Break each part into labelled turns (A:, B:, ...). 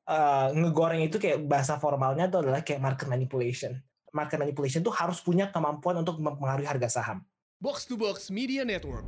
A: ngegoreng itu kayak bahasa formalnya itu adalah kayak market manipulation. Market manipulation tuh harus punya kemampuan untuk mempengaruhi harga saham.
B: Box to Box Media Network.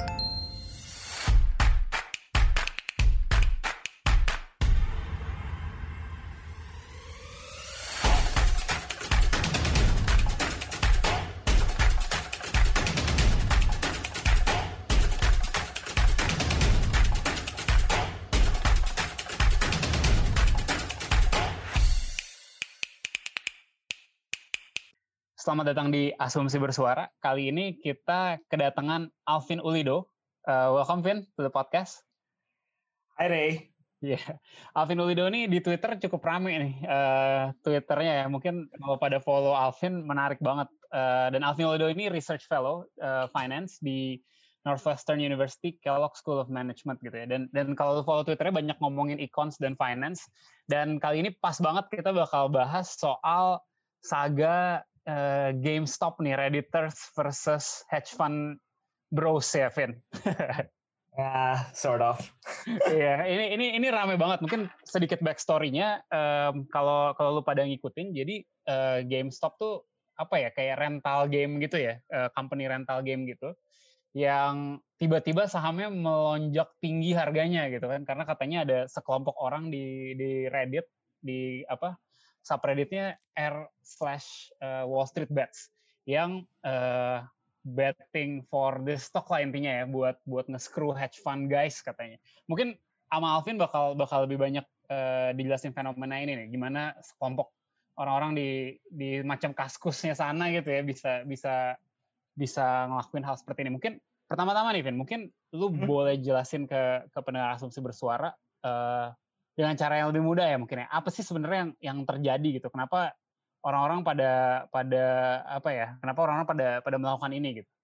C: Selamat datang di Asumsi Bersuara. Kali ini kita kedatangan Alvin Ulido. Welcome, Vin, to the podcast.
A: Hai, Ray.
C: Yeah. Alvin Ulido ini di Twitter cukup rame nih. Twitternya ya. Mungkin kalau pada follow Alvin, menarik banget. Dan Alvin Ulido ini Research Fellow Finance di Northwestern University, Kellogg School of Management gitu ya. Dan kalau follow Twitternya banyak ngomongin econs dan finance. Dan kali ini pas banget kita bakal bahas soal saga GameStop nih, Redditors versus hedge fund bros ya, Vin.
A: Sort of.
C: Iya, ini rame banget. Mungkin sedikit backstory-nya, kalau lu pada ngikutin, jadi GameStop tuh apa ya, kayak rental game gitu ya, company rental game gitu, yang tiba-tiba sahamnya melonjak tinggi harganya gitu kan, karena katanya ada sekelompok orang di Reddit, di subredditnya r/Wall Street Bets yang betting for the stock lah intinya ya, buat nge-screw hedge fund guys katanya. Mungkin sama Alvin bakal lebih banyak dijelasin fenomena ini nih, gimana sekelompok orang-orang di macam kaskusnya sana gitu ya bisa ngelakuin hal seperti ini. Mungkin pertama-tama nih, Vin, mungkin lu boleh jelasin ke pendengar Asumsi Bersuara dengan cara yang lebih mudah ya mungkin ya. Apa sih sebenarnya yang terjadi gitu? Kenapa orang-orang pada kenapa orang-orang pada melakukan ini gitu?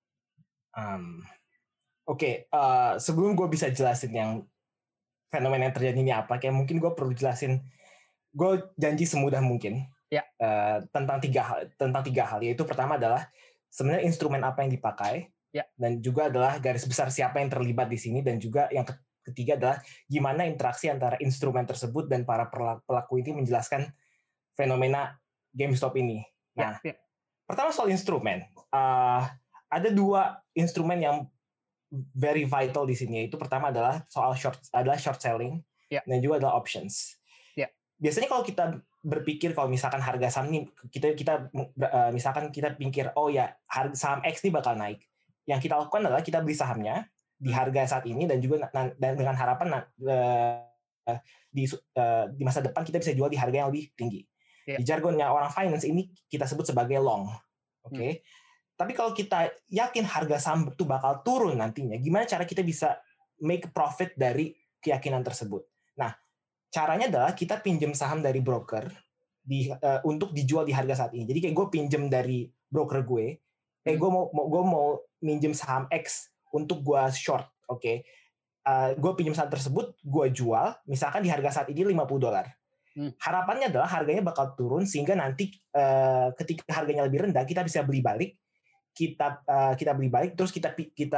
A: Oke, sebelum gue bisa jelasin yang fenomena yang terjadi ini apa, kayak mungkin gue perlu jelasin. Gue janji semudah mungkin
C: ya.
A: tentang tiga hal, yaitu pertama adalah sebenarnya instrumen apa yang dipakai,
C: ya.
A: Dan juga adalah garis besar siapa yang terlibat di sini, dan juga yang ketiga adalah gimana interaksi antara instrumen tersebut dan para pelaku ini menjelaskan fenomena GameStop ini. Nah, pertama soal instrumen, ada dua instrumen yang very vital di sini. Itu pertama adalah soal short selling, dan juga adalah options. Biasanya kalau kita berpikir kalau misalkan harga saham ini misalkan kita pikir harga saham X ini bakal naik. Yang kita lakukan adalah kita beli sahamnya di harga saat ini, dan juga dengan harapan di masa depan kita bisa jual di harga yang lebih tinggi. Di jargonnya orang finance ini kita sebut sebagai long. Oke. Tapi kalau kita yakin harga saham itu bakal turun nantinya, gimana cara kita bisa make profit dari keyakinan tersebut? Nah, caranya adalah kita pinjam saham dari broker untuk dijual di harga saat ini. Jadi kayak gue pinjam dari broker gue, gue mau minjem saham X untuk gue short, oke? Gue pinjam saham tersebut, gue jual, misalkan di harga saat ini $50. Harapannya adalah harganya bakal turun sehingga nanti ketika harganya lebih rendah kita bisa beli balik, kita beli balik, terus kita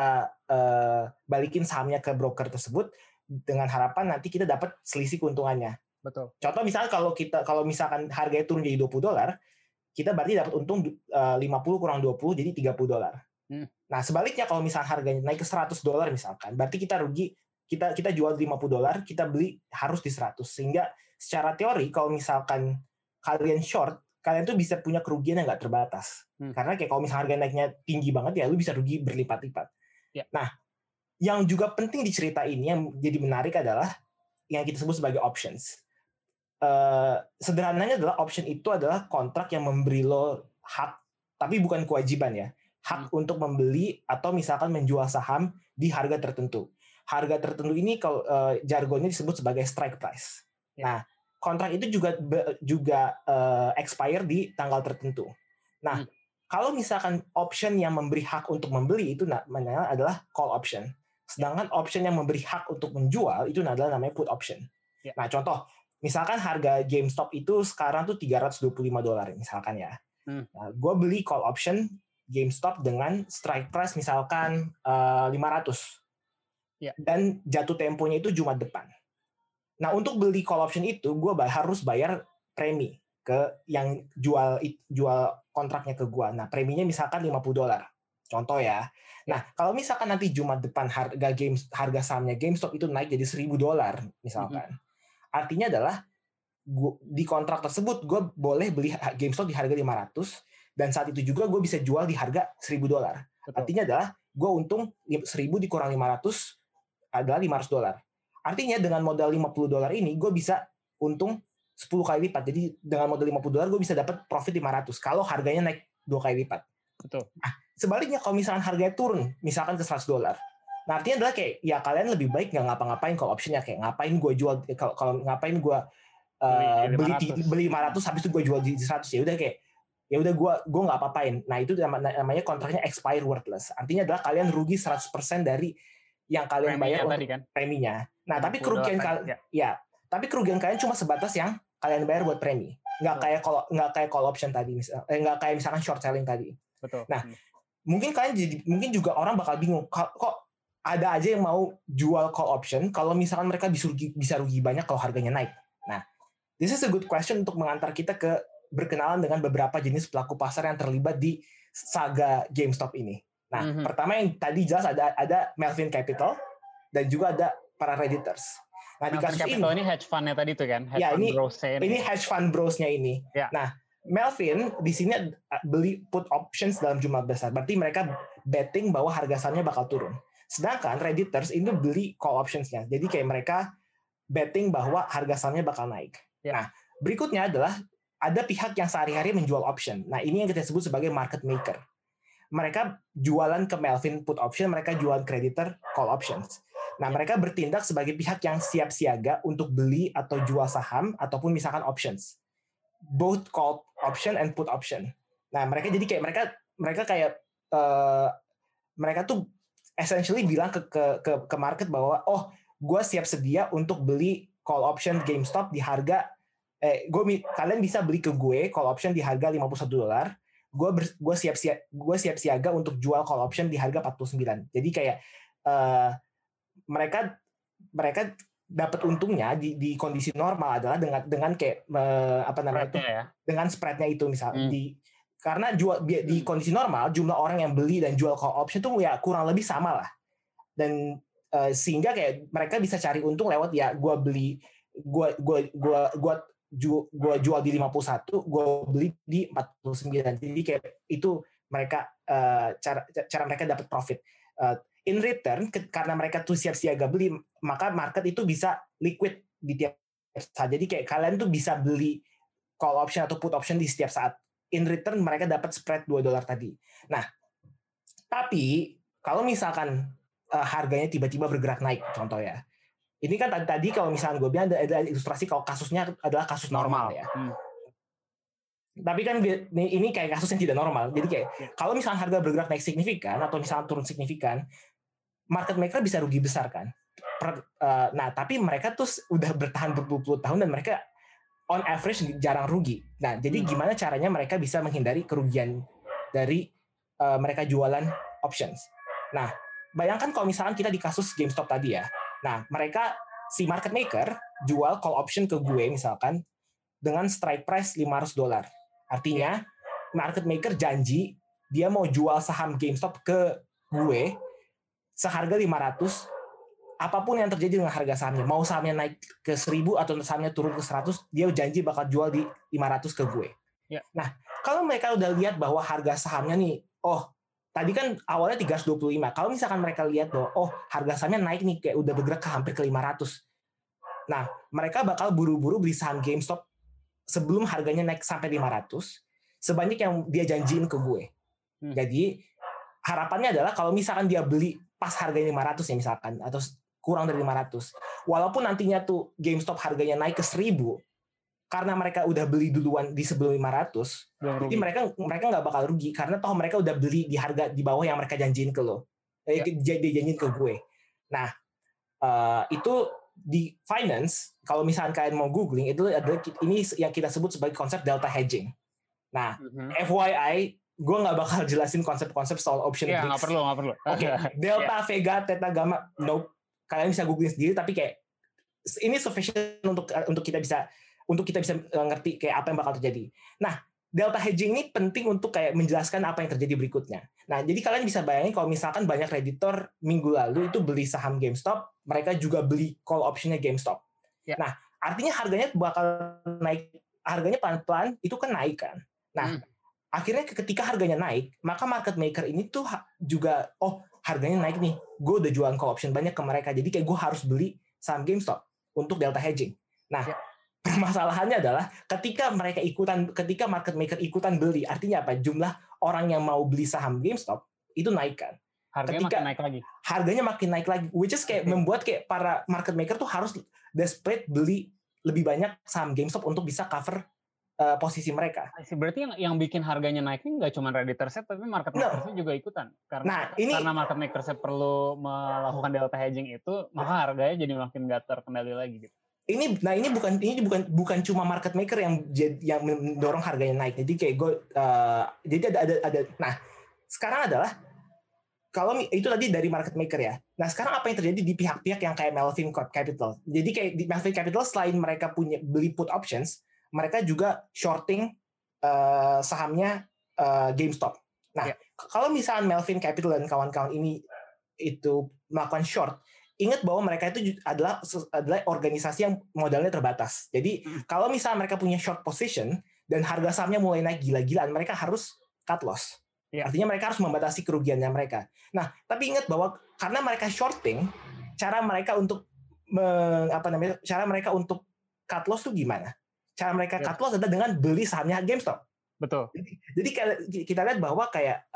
A: balikin sahamnya ke broker tersebut dengan harapan nanti kita dapat selisih keuntungannya.
C: Betul.
A: Contoh misalnya kalau misalkan harganya turun jadi $20, kita berarti dapat untung 50 kurang 20 jadi $30. Nah, sebaliknya kalau misalkan harganya naik ke $100 misalkan, berarti kita rugi, kita jual $50, kita beli harus di 100. Sehingga secara teori kalau misalkan kalian short, kalian tuh bisa punya kerugian yang nggak terbatas. Karena kayak kalau misalkan harga naiknya tinggi banget ya lu bisa rugi berlipat-lipat. Nah, yang juga penting di cerita ini yang jadi menarik adalah yang kita sebut sebagai options. Sederhananya adalah option itu adalah kontrak yang memberi lo hak, tapi bukan kewajiban ya, hak untuk membeli atau misalkan menjual saham di harga tertentu. Harga tertentu ini kalau jargonnya disebut sebagai strike price. Nah, kontrak itu juga expire di tanggal tertentu. Nah, kalau misalkan option yang memberi hak untuk membeli itu namanya adalah call option. Sedangkan option yang memberi hak untuk menjual itu adalah namanya put option. Nah, contoh, misalkan harga GameStop itu sekarang tuh $325 misalkan ya. Nah, gue beli call option GameStop dengan strike price misalkan 500. Dan jatuh temponya itu Jumat depan. Nah, untuk beli call option itu, gue harus bayar premi ke yang jual kontraknya ke gue. Nah, preminya misalkan $50. Contoh ya. Nah, kalau misalkan nanti Jumat depan harga sahamnya GameStop itu naik jadi $1.000 misalkan. Artinya adalah di kontrak tersebut gue boleh beli GameStop di harga 500 dan saat itu juga gue bisa jual di harga $1.000. Artinya adalah gue untung 1.000 dikurang 500 adalah $500. Artinya dengan modal $50 ini gue bisa untung 10 kali lipat. Jadi dengan modal $50 gue bisa dapat profit 500 kalau harganya naik 2 kali lipat.
C: Betul.
A: Nah, sebaliknya kalau misalkan harganya turun misalkan ke $100, nah artinya adalah kayak ya kalian lebih baik nggak ngapa-ngapain call optionnya, kayak ngapain gue jual kalau ngapain gue beli 500 habis itu gue jual di 100, ya udah kayak ya udah gue nggak apa-apain. Nah itu namanya kontraknya expire worthless. Artinya adalah kalian rugi 100% dari yang kalian bayar untuk
C: kan?
A: preminya. Nah tapi kerugian tapi kerugian kalian cuma sebatas yang kalian bayar buat premi. Nggak kayak call option tadi, nggak kayak misalkan short selling tadi.
C: Betul.
A: Nah mungkin mungkin juga orang bakal bingung kok ada aja yang mau jual call option kalau misalkan mereka bisa rugi banyak kalau harganya naik. Nah, this is a good question untuk mengantar kita ke berkenalan dengan beberapa jenis pelaku pasar yang terlibat di saga GameStop ini. Nah, pertama yang tadi jelas ada Melvin Capital dan juga ada para Redditors. Nah, di kasus
C: Capital ini hedge fund-nya tadi tuh kan?
A: Ini hedge fund bros-nya ini. Ya. Nah, Melvin di sini beli put options dalam jumlah besar. Berarti mereka betting bahwa harga sahamnya bakal turun. Sedangkan Redditors ini beli call options-nya. Jadi kayak mereka betting bahwa harga sahamnya bakal naik. Ya. Nah, berikutnya adalah ada pihak yang sehari-hari menjual option. Nah, ini yang kita sebut sebagai market maker. Mereka jualan ke Melvin put option, mereka jualan creditor call options. Nah, mereka bertindak sebagai pihak yang siap siaga untuk beli atau jual saham ataupun misalkan options. Both call option and put option. Nah, mereka jadi kayak mereka tuh essentially bilang ke market bahwa gue siap sedia untuk beli call option GameStop di harga kalian bisa beli ke gue call option di harga $51. Gue siap siaga untuk jual call option di harga 49. Jadi kayak mereka dapat untungnya di kondisi normal adalah dengan kayak dengan spreadnya itu misalnya karena di kondisi normal jumlah orang yang beli dan jual call option itu ya kurang lebih sama lah, dan sehingga kayak mereka bisa cari untung lewat ya gue jual di 51, gue beli di 49. Jadi kayak itu mereka cara mereka dapat profit. In return, karena mereka tuh siap siaga beli, maka market itu bisa liquid di tiap saat. Jadi kayak kalian tuh bisa beli call option atau put option di setiap saat. In return mereka dapat spread $2 tadi. Nah, tapi kalau misalkan harganya tiba-tiba bergerak naik, contoh ya. Ini kan tadi kalau misalnya gue bilang ada ilustrasi kalau kasusnya adalah kasus normal ya. Tapi kan ini kayak kasus yang tidak normal. Jadi kayak kalau misalnya harga bergerak naik signifikan atau misalnya turun signifikan, market maker bisa rugi besar kan. Nah, tapi mereka tuh udah bertahan berpuluh-puluh tahun dan mereka on average jarang rugi. Nah, jadi gimana caranya mereka bisa menghindari kerugian dari mereka jualan options. Nah, bayangkan kalau misalkan kita di kasus GameStop tadi ya. Nah, si market maker jual call option ke gue misalkan dengan strike price $500. Artinya, market maker janji dia mau jual saham GameStop ke gue seharga 500, apapun yang terjadi dengan harga sahamnya. Mau sahamnya naik ke 1.000 atau sahamnya turun ke 100, dia janji bakal jual di 500 ke gue.
C: Ya.
A: Nah, kalau mereka udah lihat bahwa harga sahamnya nih, tadi kan awalnya 325. Kalau misalkan mereka lihat bahwa harga sahamnya naik nih kayak udah bergerak ke hampir ke 500. Nah, mereka bakal buru-buru beli saham GameStop sebelum harganya naik sampai 500 sebanyak yang dia janjiin ke gue. Jadi, harapannya adalah kalau misalkan dia beli pas harganya 500 ya misalkan atau kurang dari 500. Walaupun nantinya tuh GameStop harganya naik ke 1.000 karena mereka udah beli duluan di sebelum 500, jadi mereka nggak bakal rugi karena toh mereka udah beli di harga di bawah yang mereka janjiin ke lo, janjiin ke gue. Nah, itu di finance kalau misalkan kalian mau googling itu adalah ini yang kita sebut sebagai konsep delta hedging. Nah, FYI, gue nggak bakal jelasin konsep-konsep soal option
C: Greeks. Nggak perlu.
A: Oke, delta, vega, theta, gamma, nope. Kalian bisa googling sendiri, tapi kayak ini sufficient untuk kita bisa ngerti kayak apa yang bakal terjadi. Nah, delta hedging ini penting untuk kayak menjelaskan apa yang terjadi berikutnya. Nah, jadi kalian bisa bayangin kalau misalkan banyak Redditor minggu lalu itu beli saham GameStop, mereka juga beli call optionnya GameStop. Ya. Nah, artinya harganya bakal naik, harganya pelan-pelan itu kan naik kan. Nah, akhirnya ketika harganya naik, maka market maker ini tuh juga, harganya naik nih, gue udah jualan call option banyak ke mereka, jadi kayak gue harus beli saham GameStop untuk delta hedging. Nah, permasalahannya adalah ketika market maker ikutan beli, artinya apa? Jumlah orang yang mau beli saham GameStop itu naik kan.
C: Harganya makin naik lagi.
A: Harganya makin naik lagi, which is kayak membuat kayak para market maker tuh harus desperate beli lebih banyak saham GameStop untuk bisa cover posisi mereka.
C: Berarti yang bikin harganya naik ini nggak cuma Redditor-nya, tapi market maker juga ikutan. Karena market maker perlu melakukan delta hedging itu, maka harganya jadi makin nggak terkendali lagi gitu.
A: Ini bukan cuma market maker yang mendorong harganya naik. Jadi kayak jadi ada. Nah, sekarang adalah kalau itu tadi dari market maker ya. Nah, sekarang apa yang terjadi di pihak-pihak yang kayak Melvin Capital? Jadi kayak di Melvin Capital selain mereka punya beli put options, mereka juga shorting sahamnya GameStop. Nah, kalau misalnya Melvin Capital dan kawan-kawan ini itu melakukan short, ingat bahwa mereka itu adalah organisasi yang modalnya terbatas. Jadi kalau misalnya mereka punya short position dan harga sahamnya mulai naik gila-gilaan, mereka harus cut loss. Artinya mereka harus membatasi kerugiannya mereka. Nah, tapi ingat bahwa karena mereka shorting, cara mereka untuk cut loss itu gimana? Cara mereka cut loss adalah dengan beli sahamnya GameStop.
C: Betul.
A: Jadi kita lihat bahwa kayak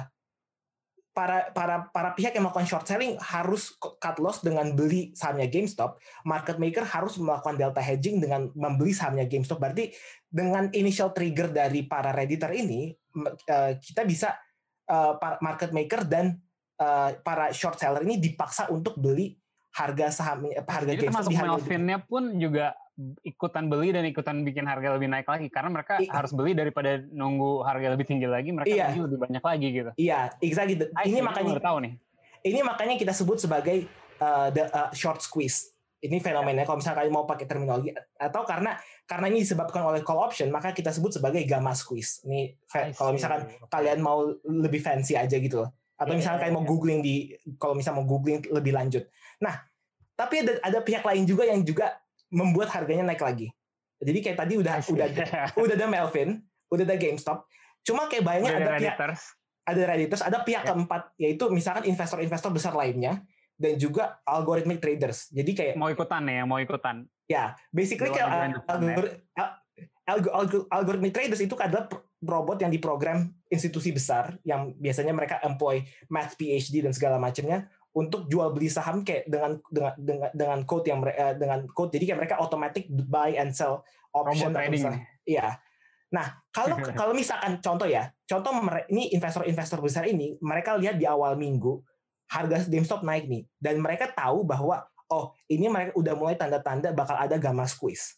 A: para pihak yang melakukan short selling harus cut loss dengan beli sahamnya GameStop. Market maker harus melakukan delta hedging dengan membeli sahamnya GameStop. Berarti dengan initial trigger dari para Redditor ini, kita bisa market maker dan para short seller ini dipaksa untuk beli harga saham, harga
C: jadi
A: GameStop.
C: Jadi termasuk Melvin-nya pun juga ikutan beli dan ikutan bikin harga lebih naik lagi karena mereka harus beli daripada nunggu harga lebih tinggi lagi, mereka beli lebih banyak lagi gitu.
A: Iya, exactly. Ini makanya kita sebut sebagai short squeeze. Ini fenomenanya kalau misalnya kalian mau pakai terminologi, atau karena ini disebabkan oleh call option, maka kita sebut sebagai gamma squeeze. Ini kalau misalkan kalian mau lebih fancy aja gitu loh. Atau misalnya kalian mau googling kalau misalnya mau googling lebih lanjut. Nah, tapi ada pihak lain juga yang juga membuat harganya naik lagi. Jadi kayak tadi udah ada Melvin, udah ada GameStop. Cuma kayak bayangnya ada Redditors, ada pihak keempat, yaitu misalkan investor-investor besar lainnya dan juga algorithmic traders. Jadi kayak
C: mau ikutan.
A: Ya, basically kayak algorithmic traders itu adalah robot yang diprogram institusi besar yang biasanya mereka employ math PhD dan segala macamnya untuk jual beli saham kayak dengan code yang jadi kayak mereka automatic buy and sell option
C: trading.
A: Iya. Nah, kalau misalkan contoh ini investor besar ini mereka lihat di awal minggu harga GameStop naik nih dan mereka tahu bahwa ini mereka udah mulai tanda-tanda bakal ada gamma squeeze.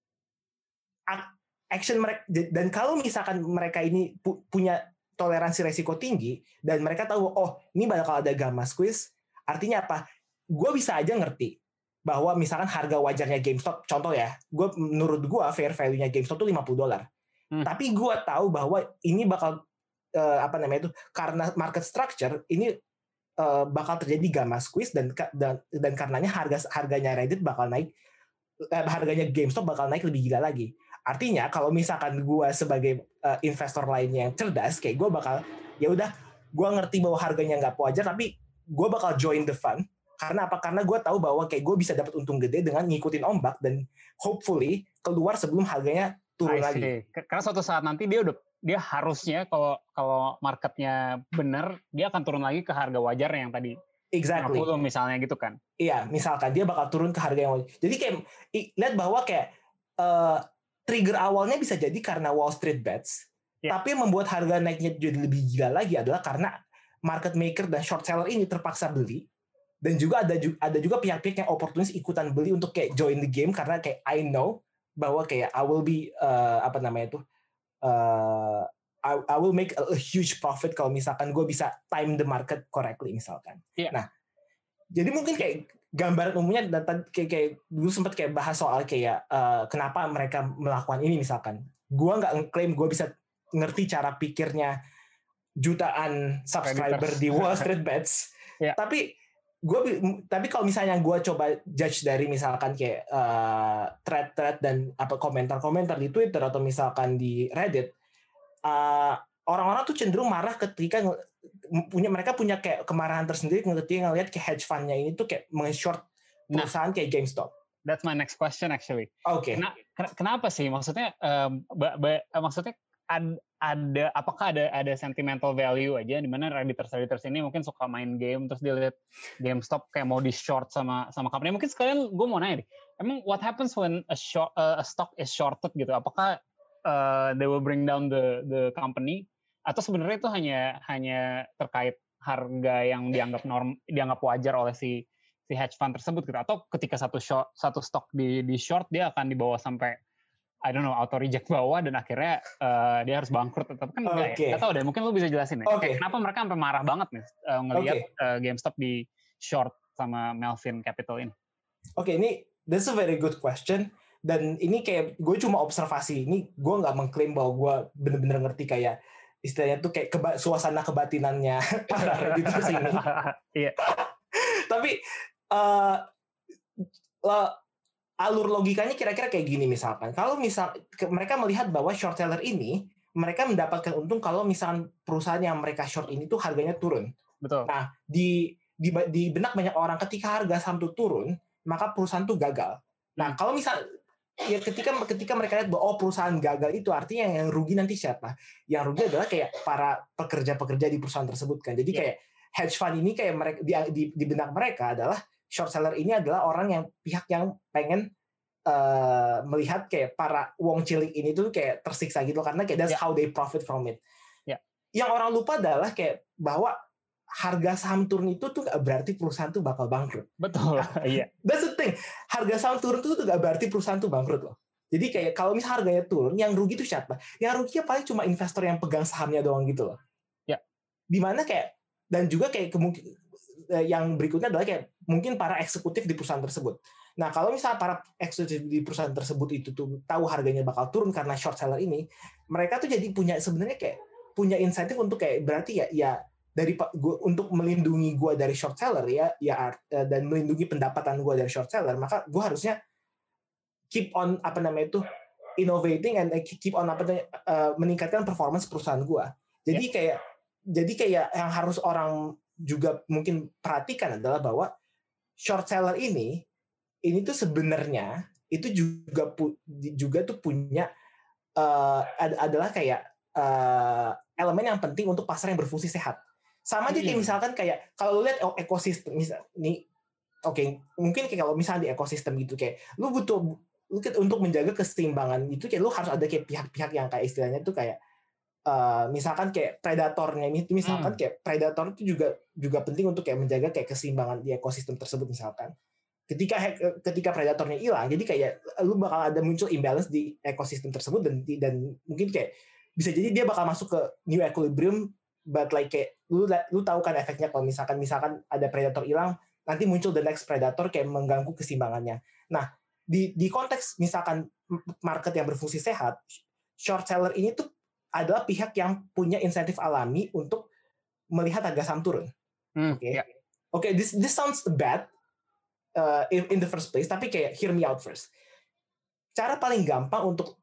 A: Action mereka, dan kalau misalkan mereka ini punya toleransi resiko tinggi dan mereka tahu ini bakal ada gamma squeeze, artinya apa? Gue bisa aja ngerti bahwa misalkan harga wajarnya GameStop, contoh ya, menurut gue fair value-nya GameStop tuh $50. Tapi gue tahu bahwa ini bakal karena market structure ini bakal terjadi gamma squeeze dan karenanya harganya Reddit bakal naik, harganya GameStop bakal naik lebih gila lagi. Artinya kalau misalkan gue sebagai investor lainnya yang cerdas, kayak gue bakal gue ngerti bahwa harganya nggak wajar, tapi gue bakal join the fund. Karena apa? Karena gue tahu bahwa kayak gue bisa dapat untung gede dengan ngikutin ombak dan hopefully keluar sebelum harganya turun lagi.
C: Karena suatu saat nanti dia harusnya kalau marketnya benar, dia akan turun lagi ke harga wajarnya yang tadi.
A: Exactly.
C: 50 misalnya gitu kan.
A: Iya, misalkan dia bakal turun ke harga yang wajar. Jadi kayak lihat bahwa kayak trigger awalnya bisa jadi karena Wall Street bets, tapi membuat harga naiknya jadi lebih gila lagi adalah karena market maker dan short seller ini terpaksa beli, dan juga ada juga pihak-pihak yang oportunis ikutan beli untuk kayak join the game karena kayak I know bahwa kayak I will be I will make a huge profit kalau misalkan gue bisa time the market correctly misalkan.
C: Yeah.
A: Nah, jadi mungkin kayak gambaran umumnya kayak dulu sempat kayak bahas soal kayak kenapa mereka melakukan ini misalkan. Gua nggak ngeklaim gue bisa ngerti cara pikirnya jutaan subscriber di Wall Street Bets.
C: Yeah.
A: Tapi kalau misalnya gue coba judge dari misalkan kayak thread dan komentar-komentar di Twitter atau misalkan di Reddit, orang-orang tuh cenderung marah ketika mereka punya kayak kemarahan tersendiri ketika ngelihat kayak hedge fund-nya ini tuh kayak meng-short perusahaan kayak GameStop.
C: That's my next question actually.
A: Oke.
C: Kenapa sih? Maksudnya maksudnya apakah ada sentimental value aja di mana Redditors ini mungkin suka main game terus dia lihat GameStop kayak mau di short sama company. Mungkin sekalian gue mau nanya deh. Emang what happens when a stock is shorted gitu? Apakah they will bring down the company atau sebenarnya itu hanya terkait harga yang dianggap wajar oleh si hedge fund tersebut gitu, atau ketika satu stok di short dia akan dibawa sampai I don't know auto reject bawah dan akhirnya dia harus bangkrut tetap kan enggak ya? Nggak tahu deh, mungkin lu bisa jelasin ya. Kenapa mereka sampai marah banget nih ngelihat GameStop di short sama Melvin Capital ini?
A: Ini that's a very good question. Dan ini kayak gue cuma observasi, ini gue nggak mengklaim bahwa gue bener-bener ngerti kayak istilahnya tuh kayak suasana kebatinannya para Redditors ini.
C: Iya.
A: Tapi alur logikanya kira-kira kayak gini misalkan. Kalau mereka melihat bahwa short seller ini mereka mendapatkan untung kalau misalkan perusahaan yang mereka short ini tuh harganya turun.
C: Betul.
A: Nah, di benak banyak orang ketika harga saham tuh turun, maka perusahaan tuh gagal. Nah, kalau misal ya ketika mereka lihat bahwa perusahaan gagal itu artinya yang rugi nanti siapa? Yang rugi adalah kayak para pekerja-pekerja di perusahaan tersebut kan. Jadi kayak hedge fund ini kayak mereka di benak mereka adalah short seller ini adalah pihak yang pengen melihat kayak para wong cilik ini tuh kayak tersiksa gitu karena kayak that's how they profit from it. Yang orang lupa adalah kayak bahwa harga saham turun itu tuh gak berarti perusahaan tuh bakal bangkrut.
C: Betul. Iya.
A: That's the thing. Harga saham turun tuh gak berarti perusahaan tuh bangkrut loh. Jadi kayak kalau misal harganya turun, yang rugi tuh siapa? Yang ruginya paling cuma investor yang pegang sahamnya doang gitu loh.
C: Ya.
A: Dimana kayak dan juga kayak yang berikutnya adalah kayak mungkin para eksekutif di perusahaan tersebut. Nah, kalau misalnya para eksekutif di perusahaan tersebut itu tuh tahu harganya bakal turun karena short seller ini, mereka tuh jadi punya insentif untuk kayak berarti ya untuk melindungi gue dari short seller dan melindungi pendapatan gue dari short seller, maka gue harusnya keep on innovating and keep on meningkatkan performance perusahaan gue. Jadi kayak yang harus orang juga mungkin perhatikan adalah bahwa short seller ini tuh sebenarnya itu juga tuh punya adalah kayak elemen yang penting untuk pasar yang berfungsi sehat. Sama aja kayak misalkan kayak kalau lu lihat ekosistem mungkin kayak kalau misalnya di ekosistem gitu kayak lu butuh untuk menjaga keseimbangan itu kayak lu harus ada kayak pihak-pihak yang kayak istilahnya tuh kayak misalkan kayak predatornya misalkan kayak predator itu juga penting untuk kayak menjaga kayak keseimbangan di ekosistem tersebut misalkan. Ketika predatornya hilang, jadi kayak lu bakal ada muncul imbalance di ekosistem tersebut dan mungkin kayak bisa jadi dia bakal masuk ke new equilibrium, but like kayak lu tahu kan efeknya kalau misalkan ada predator hilang, nanti muncul the next predator kayak mengganggu keseimbangannya. Nah, di konteks misalkan market yang berfungsi sehat, short seller ini tuh adalah pihak yang punya insentif alami untuk melihat harga saham turun. Oke, this sounds bad in the first place, tapi kayak hear me out first. Cara paling gampang untuk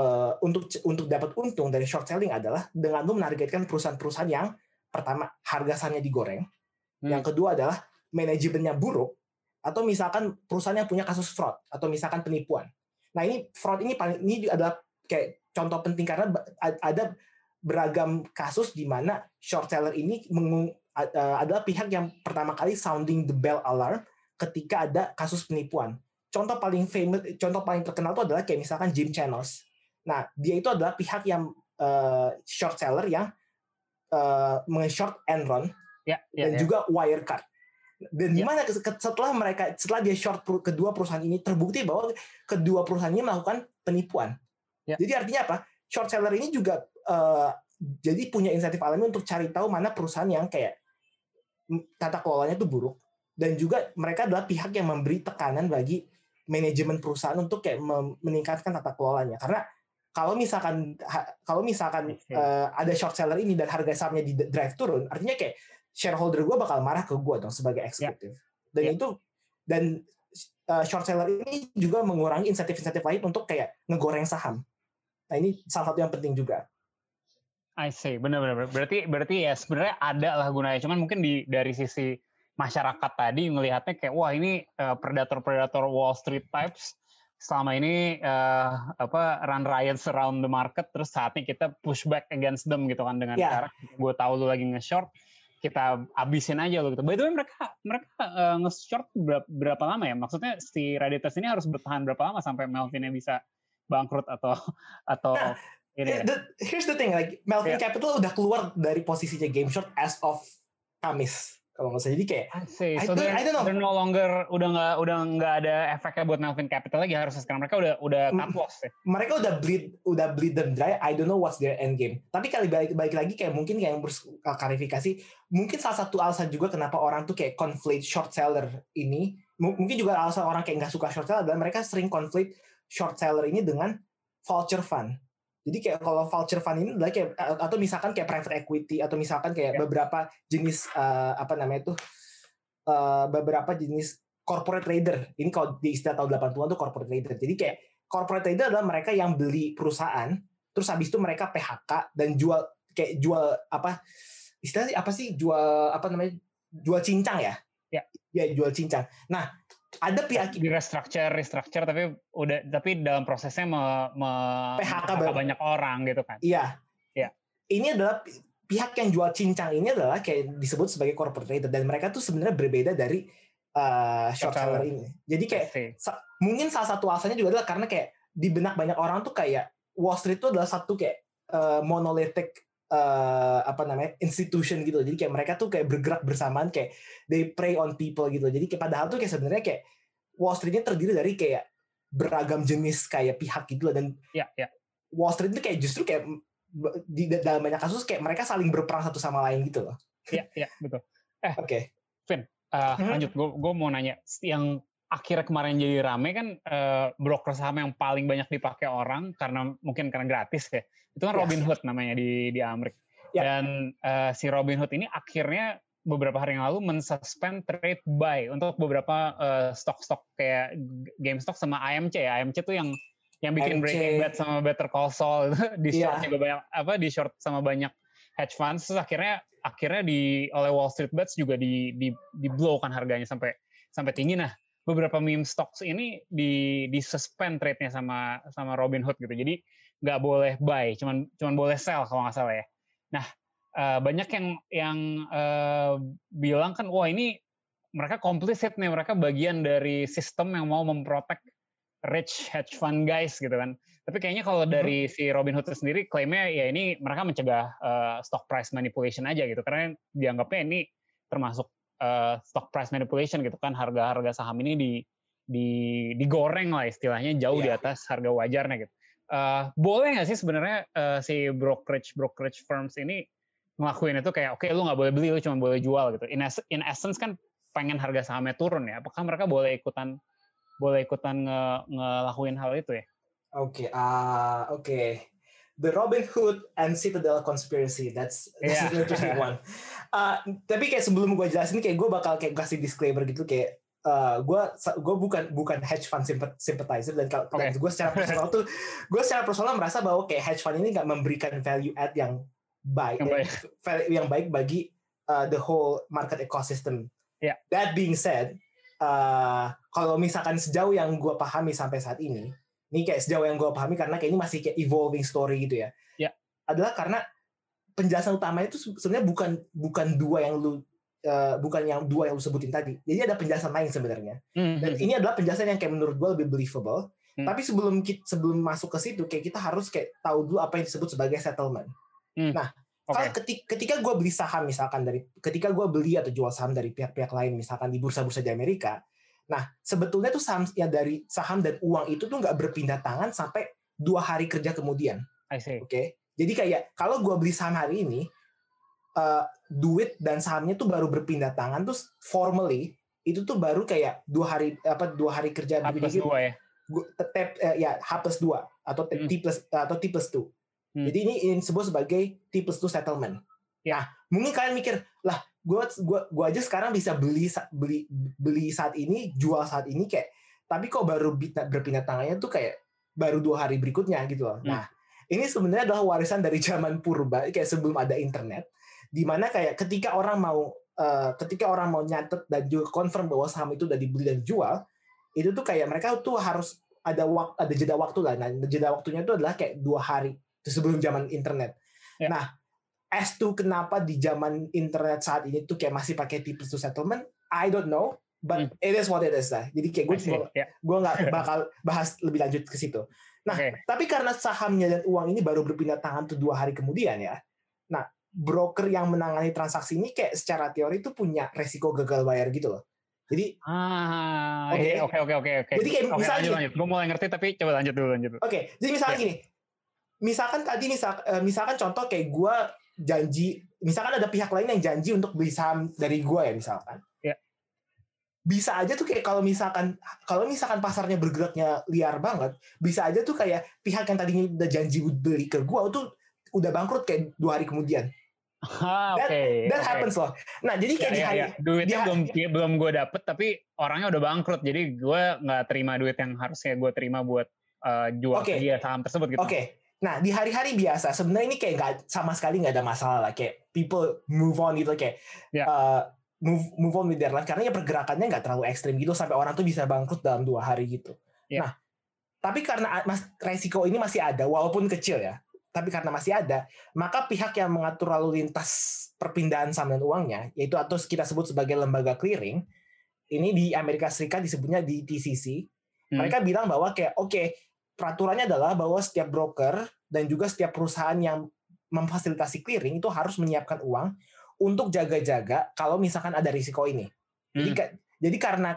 A: dapat untung dari short selling adalah dengan lu menargetkan perusahaan-perusahaan yang pertama harga sahamnya digoreng, yang kedua adalah manajemennya buruk, atau misalkan perusahaan yang punya kasus fraud atau misalkan penipuan. Nah, ini fraud ini adalah kayak contoh penting karena ada beragam kasus di mana short seller ini adalah pihak yang pertama kali sounding the bell alarm ketika ada kasus penipuan. Contoh paling terkenal itu adalah kayak misalkan Jim Chanos. Nah, dia itu adalah pihak yang short seller yang meng-short Enron dan juga Wirecard. Dan gimana setelah dia short kedua perusahaan ini terbukti bahwa kedua perusahaan ini melakukan penipuan. Jadi artinya apa? Short seller ini juga jadi punya insentif alami untuk cari tahu mana perusahaan yang kayak tata kelolanya itu buruk dan juga mereka adalah pihak yang memberi tekanan bagi manajemen perusahaan untuk kayak meningkatkan tata kelolanya. Karena kalau misalkan ada short seller ini dan harga sahamnya di drive turun, artinya kayak shareholder gue bakal marah ke gue dong sebagai eksekutif. Dan short seller ini juga mengurangi insentif-insentif lain untuk kayak ngegoreng saham. Nah ini salah satu yang penting juga.
C: I see, benar-benar. Berarti ya sebenarnya ada lah gunanya. Cuman mungkin dari sisi masyarakat tadi melihatnya kayak wah ini predator Wall Street types selama ini run riots around the market, terus saatnya kita push back against them gitu kan dengan cara gue tahu lu lagi nge-short, kita abisin aja lo gitu. By the way mereka nge-short berapa lama ya? Maksudnya si Redditor ini harus bertahan berapa lama sampai Melvinnya bisa bangkrut atau
A: here's the thing, like Melvin Capital udah keluar dari posisinya game short as of Kamis kalau nggak salah. Jadi kayak
C: I don't know. No longer udah nggak ada efeknya buat Melvin Capital lagi, harusnya sekarang mereka udah cut loss ya.
A: Mereka udah bleed them dry. I don't know what's their end game. Tapi kali balik lagi kayak mungkin yang klarifikasi, mungkin salah satu alasan juga kenapa orang tuh kayak conflate short seller ini, mungkin juga alasan orang kayak nggak suka short seller adalah mereka sering conflate short seller ini dengan vulture fund. Jadi kayak kalau vulture fund ini adalah kayak atau misalkan kayak private equity atau misalkan kayak beberapa jenis beberapa jenis corporate trader. Ini kalau di istilah tahun 80-an tuh corporate trader. Jadi kayak corporate trader adalah mereka yang beli perusahaan, terus habis itu mereka PHK dan jual istilahnya apa sih, jual cincang ya? Ya jual cincang. Nah, ada pihak
C: di restructure tapi dalam prosesnya PHK banyak orang gitu kan.
A: Iya. Ini adalah pihak yang jual cincang, ini adalah kayak disebut sebagai corporate trader, dan mereka tuh sebenarnya berbeda dari short seller ini. Jadi kayak mungkin salah satu alasannya juga adalah karena kayak di benak banyak orang tuh kayak Wall Street itu adalah satu kayak monolithic institution gitu. Jadi kayak mereka tuh kayak bergerak bersamaan, kayak they prey on people gitu. Jadi kayak padahal tuh kayak sebenarnya kayak Wall Street-nya terdiri dari kayak beragam jenis kayak pihak gitu loh. Dan Wall Street itu kayak justru kayak di dalam banyak kasus kayak mereka saling berperang satu sama lain gitu loh.
C: Iya betul.
A: Oke.
C: Vin, lanjut. Gue mau nanya, yang akhirnya kemarin jadi rame kan broker saham yang paling banyak dipakai orang karena gratis ya. Itu kan Robinhood namanya di Amerika. Dan si Robinhood ini akhirnya beberapa hari yang lalu mensuspend trade buy untuk beberapa stok-stok kayak GameStop sama AMC ya. AMC tuh yang bikin Breaking Bad sama Better Call Saul di short juga banyak di short sama banyak hedge funds. Terus akhirnya oleh Wall Street Bets juga di blow kan harganya sampai tinggi. Nah, beberapa meme stocks ini di suspend trade-nya sama Robinhood gitu. Jadi nggak boleh buy, cuman boleh sell kalau nggak salah ya. Nah, banyak yang bilang kan, wah ini mereka complicit nih, mereka bagian dari sistem yang mau memprotek rich hedge fund guys gitu kan. Tapi kayaknya kalau dari si Robinhood sendiri klaimnya ya ini mereka mencegah stock price manipulation aja gitu, karena dianggapnya ini termasuk stock price manipulation gitu kan, harga saham ini digoreng lah istilahnya jauh di atas harga wajarnya gitu. Boleh nggak sih sebenarnya si brokerage firms ini ngelakuin itu kayak oke, lu nggak boleh beli, lu cuma boleh jual gitu. In essence kan pengen harga sahamnya turun ya. Apakah mereka boleh ikutan ngelakuin hal itu ya?
A: Oke. The Robinhood and Citadel conspiracy, that's an interesting one. Tapi kayak sebelum gue jelasin, kayak gue bakal kayak kasih disclaimer gitu, kayak gue bukan hedge fund sympathizer, dan gue secara personal merasa bahwa kayak hedge fund ini nggak memberikan value add yang baik bagi the whole market ecosystem. That being said, kalau misalkan sejauh yang gue pahami sampai saat ini kayak sejauh yang gue pahami, karena kayak ini masih kayak evolving story gitu ya, adalah karena penjelasan utamanya itu sebenarnya bukan dua yang lu sebutin tadi. Jadi ada penjelasan lain sebenarnya. Dan ini adalah penjelasan yang kayak menurut gue lebih believable. Tapi sebelum masuk ke situ, kayak kita harus kayak tahu dulu apa yang disebut sebagai settlement. Nah, kalau ketika gue beli saham misalkan ketika gue beli atau jual saham dari pihak-pihak lain misalkan di bursa-bursa di Amerika, nah sebetulnya tuh dari saham dan uang itu tuh nggak berpindah tangan sampai 2 hari kerja kemudian. Oke. Jadi kayak kalau gue beli saham hari ini, duit dan sahamnya tuh baru berpindah tangan tuh formally itu tuh baru kayak 2 hari kerja
C: H+2 ya.
A: H+2 atau T+2. Jadi ini disebut sebagai T+2 settlement. Nah, mungkin kalian mikir, lah gue aja sekarang bisa beli saat ini, jual saat ini kayak, tapi kok baru berpindah tangannya tuh kayak baru 2 hari berikutnya gitu loh. Nah, ini sebenarnya adalah warisan dari zaman purba, kayak sebelum ada internet, di mana kayak ketika orang mau nyatet dan juga confirm bahwa saham itu udah dibeli dan jual, itu tuh kayak mereka tuh harus ada jeda waktu lah. Nah, jeda waktunya itu adalah kayak 2 hari sebelum zaman internet. Nah, as to kenapa di zaman internet saat ini tuh kayak masih pakai T+2 settlement, I don't know, but it is what it is lah. Jadi kayak gue nggak bakal bahas lebih lanjut ke situ. Nah, tapi karena sahamnya dan uang ini baru berpindah tangan tuh 2 hari kemudian ya. Nah, broker yang menangani transaksi ini kayak secara teori itu punya resiko gagal bayar gitu loh. Jadi
C: oke.
A: Jadi kayak misalnya
C: lanjut. Gue mulai ngerti tapi coba lanjut dulu.
A: Oke, jadi misalnya gini. Misalkan contoh kayak gue janji, misalkan ada pihak lain yang janji untuk beli saham dari gue ya misalkan. Bisa aja tuh kayak kalau misalkan pasarnya bergeraknya liar banget, bisa aja tuh kayak pihak yang tadinya udah janji beli ke gue tuh udah bangkrut kayak 2 hari kemudian. That happens loh. Nah, jadi kayak di hari
C: duitnya belum gue dapet tapi orangnya udah bangkrut. Jadi gue nggak terima duit yang harusnya gue terima buat jual ke dia saham tersebut gitu.
A: Nah, di hari-hari biasa sebenarnya ini kayak sama sekali nggak ada masalah lah, kayak people move on gitu, kayak move on with their life, karena ya pergerakannya nggak terlalu ekstrim gitu sampai orang tuh bisa bangkrut dalam 2 hari gitu. Nah, tapi karena resiko ini masih ada walaupun kecil ya, tapi karena masih ada, maka pihak yang mengatur lalu lintas perpindahan saham dan uangnya, yaitu atau kita sebut sebagai lembaga clearing, ini di Amerika Serikat disebutnya DTCC, mereka bilang bahwa kayak peraturannya adalah bahwa setiap broker dan juga setiap perusahaan yang memfasilitasi clearing itu harus menyiapkan uang untuk jaga-jaga kalau misalkan ada risiko ini. Jadi karena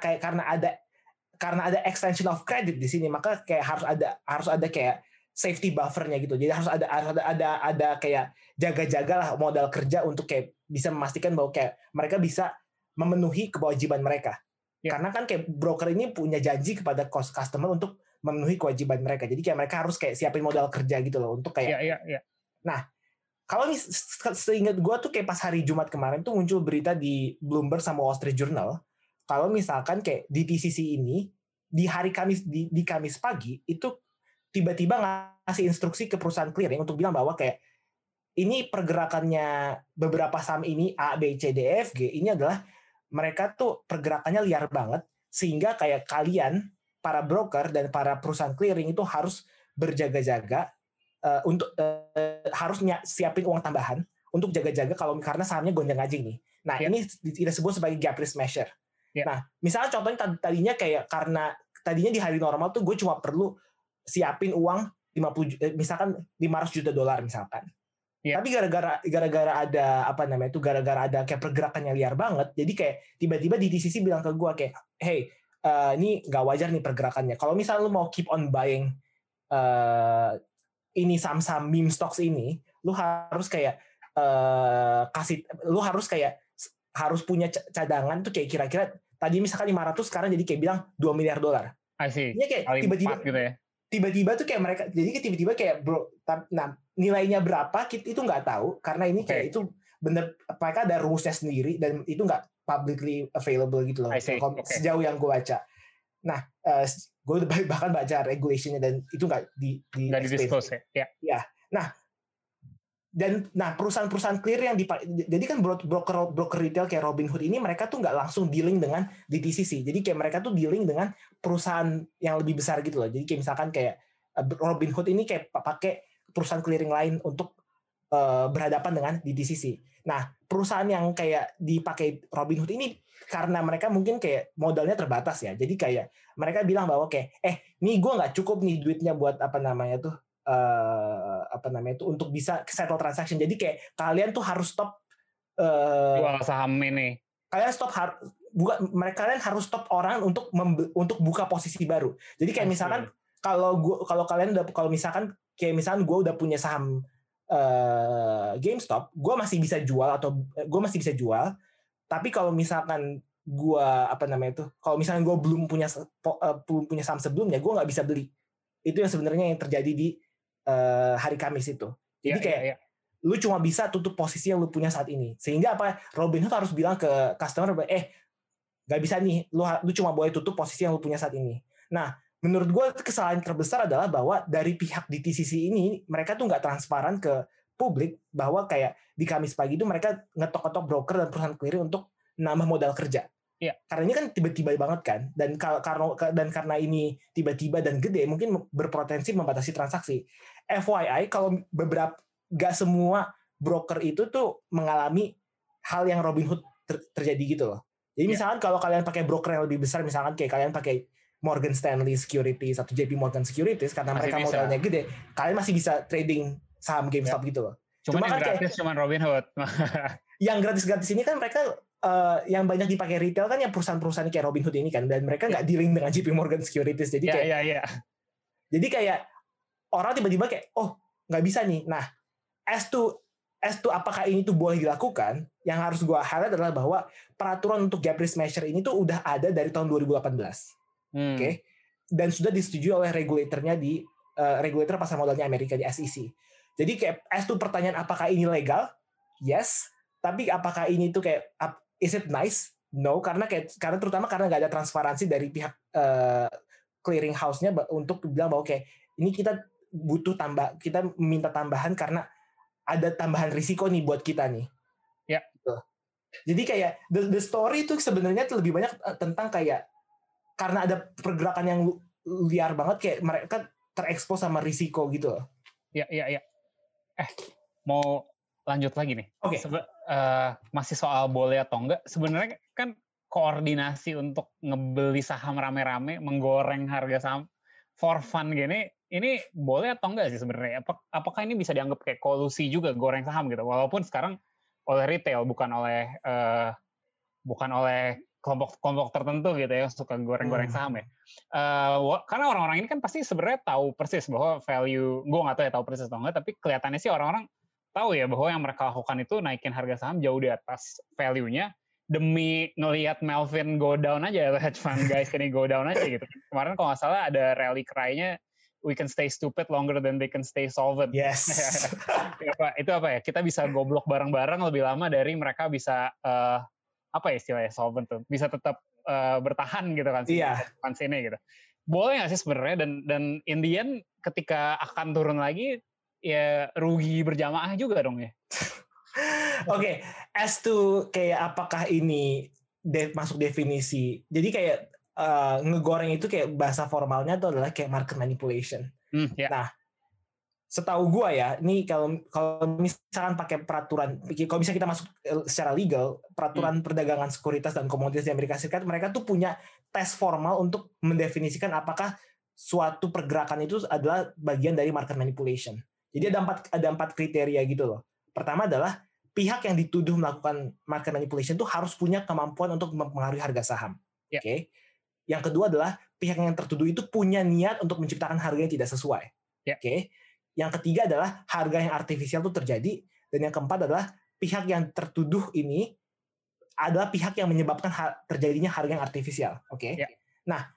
A: ada extension of credit di sini, maka kayak harus ada kayak safety buffernya gitu. Jadi harus ada kayak jaga-jaga lah modal kerja untuk kayak bisa memastikan bahwa kayak mereka bisa memenuhi kewajiban mereka. Karena kan kayak broker ini punya janji kepada customer untuk memenuhi kewajiban mereka. Jadi kayak mereka harus kayak siapin modal kerja gitu loh untuk kayak. Nah, kalau seingat gue tuh kayak pas hari Jumat kemarin tuh muncul berita di Bloomberg sama Wall Street Journal kalau misalkan kayak di DTCC ini di hari Kamis di Kamis pagi itu tiba-tiba ngasih instruksi ke perusahaan clearing untuk bilang bahwa kayak ini pergerakannya beberapa saham ini A, B, C, D, F, G ini adalah mereka tuh pergerakannya liar banget sehingga kayak kalian para broker dan para perusahaan clearing itu harus berjaga-jaga untuk harus siapin uang tambahan untuk jaga-jaga karena sahamnya gonjang-ganjing nih. Nah, ini kita sebut sebagai gap risk measure. Nah, misalnya contohnya tadinya kayak karena tadinya di hari normal tuh gue cuma perlu siapin uang misalkan $500 juta misalkan. Tapi gara-gara ada gara-gara ada kayak pergerakannya liar banget, jadi kayak tiba-tiba di DTCC bilang ke gue kayak, hey, ini nggak wajar nih pergerakannya. Kalau misalnya lu mau keep on buying ini saham-saham meme stocks ini, lu harus kayak harus punya cadangan tuh kayak kira-kira tadi misalkan 500 sekarang jadi kayak bilang $2 miliar.
C: Ini
A: kayak tiba-tiba gitu ya. Tiba-tiba tuh kayak mereka jadi tiba-tiba kayak nilainya berapa itu nggak tahu karena ini kayak itu bener mereka ada rumusnya sendiri dan itu nggak publicly available gitu loh. Sejauh yang gue baca. Nah, gue bahkan baca regulationnya dan itu nggak di
C: disclose
A: ya. Nah, perusahaan-perusahaan clear yang jadi kan broker retail kayak Robinhood ini mereka tuh nggak langsung dealing dengan DTCC. Jadi kayak mereka tuh dealing dengan perusahaan yang lebih besar gitu loh. Jadi kayak misalkan kayak Robinhood ini kayak pakai perusahaan clearing lain untuk berhadapan dengan DTCC. Nah, perusahaan yang kayak dipakai Robinhood ini karena mereka mungkin kayak modalnya terbatas ya. Jadi kayak mereka bilang bahwa kayak nih gue nggak cukup nih duitnya buat untuk bisa settle transaction. Jadi kayak kalian tuh harus stop
C: jual saham ini.
A: Kalian harus stop orang untuk buka posisi baru. Jadi kayak misalkan kalau misalkan gue udah punya saham GameStop, gue masih bisa jual. Tapi kalau misalkan kalau misalnya gue belum punya saham sebelumnya, gue nggak bisa beli. Itu yang sebenarnya yang terjadi di hari Kamis itu. Jadi lu cuma bisa tutup posisi yang lu punya saat ini. Sehingga Robinhood harus bilang ke customer, nggak bisa nih, lu cuma boleh tutup posisi yang lu punya saat ini. Nah, menurut gue kesalahan terbesar adalah bahwa dari pihak DTCC ini, mereka tuh nggak transparan ke publik bahwa kayak di Kamis pagi itu mereka ngetok-ngetok broker dan perusahaan clearing untuk nambah modal kerja.
C: Iya.
A: Karena ini kan tiba-tiba banget kan, dan karena ini tiba-tiba dan gede, mungkin berpotensi membatasi transaksi. FYI, kalau gak semua broker itu tuh mengalami hal yang Robinhood terjadi gitu loh. Jadi misalkan kalau kalian pakai broker yang lebih besar, misalkan kayak kalian pakai Morgan Stanley Securities atau JP Morgan Securities, karena mereka modalnya gede, kalian masih bisa trading saham GameStop gitu loh.
C: Cuma yang
A: kan
C: gratis cuma Robinhood.
A: Yang gratis-gratis ini kan mereka yang banyak dipakai retail kan yang perusahaan-perusahaan kayak Robinhood ini kan, dan mereka nggak dealing dengan JP Morgan Securities. Jadi jadi kayak orang tiba-tiba kayak nggak bisa nih. Nah, as to apakah ini tuh boleh dilakukan, yang harus gue highlight adalah bahwa peraturan untuk gap risk measure ini tuh udah ada dari tahun 2018. Oke. Dan sudah disetujui oleh regulatornya di regulator pasar modalnya Amerika di SEC. Jadi kayak as to pertanyaan apakah ini legal? Yes. Tapi apakah ini tuh kayak is it nice? No, karena terutama karena nggak ada transparansi dari pihak clearing house-nya untuk bilang bahwa kayak ini kita butuh kita minta tambahan karena ada tambahan risiko nih buat kita nih.
C: Ya.
A: Jadi kayak the story itu sebenarnya tuh lebih banyak tentang kayak karena ada pergerakan yang liar banget, kayak mereka terekspos sama risiko gitu.
C: Iya. Mau lanjut lagi nih.
A: Oke.
C: Masih soal boleh atau enggak, sebenarnya kan koordinasi untuk ngebeli saham rame-rame, menggoreng harga saham for fun gini, ini boleh atau enggak sih sebenarnya? Apakah ini bisa dianggap kayak kolusi juga goreng saham gitu? Walaupun sekarang oleh retail, bukan oleh kelompok tertentu gitu ya, suka goreng-goreng saham ya. Karena orang-orang ini kan pasti sebenarnya tahu persis bahwa value, gue nggak tahu ya tahu persis atau enggak, tapi kelihatannya sih orang-orang tahu ya bahwa yang mereka lakukan itu naikin harga saham jauh di atas value-nya demi ngelihat Melvin go down aja, hedge fund guys ini go down aja gitu. Kemarin kalau nggak salah ada rally cry-nya, we can stay stupid longer than they can stay solvent.
A: Yes.
C: Itu apa ya? Kita bisa goblok bareng-bareng lebih lama dari mereka bisa apa ya istilahnya solvent tuh? Bisa tetap bertahan gitu kan?
A: Iya.
C: Sini gitu. Boleh nggak sih sebenarnya? Dan in the end ketika akan turun lagi, ya rugi berjamaah juga dong ya.
A: Oke, as to kayak apakah ini masuk definisi. Jadi kayak ngegoreng itu kayak bahasa formalnya itu adalah kayak market manipulation. Nah, setahu gue ya, ini kalau misalkan pakai peraturan, kalau bisa kita masuk secara legal, peraturan perdagangan sekuritas dan komoditas di Amerika Serikat, mereka tuh punya tes formal untuk mendefinisikan apakah suatu pergerakan itu adalah bagian dari market manipulation. Jadi ada empat kriteria gitu loh. Pertama adalah pihak yang dituduh melakukan market manipulation itu harus punya kemampuan untuk mempengaruhi harga saham. Oke. Yang kedua adalah pihak yang tertuduh itu punya niat untuk menciptakan harga yang tidak sesuai. Oke. Yang ketiga adalah harga yang artifisial itu terjadi, dan yang keempat adalah pihak yang tertuduh ini adalah pihak yang menyebabkan terjadinya harga yang artifisial. Oke. Nah,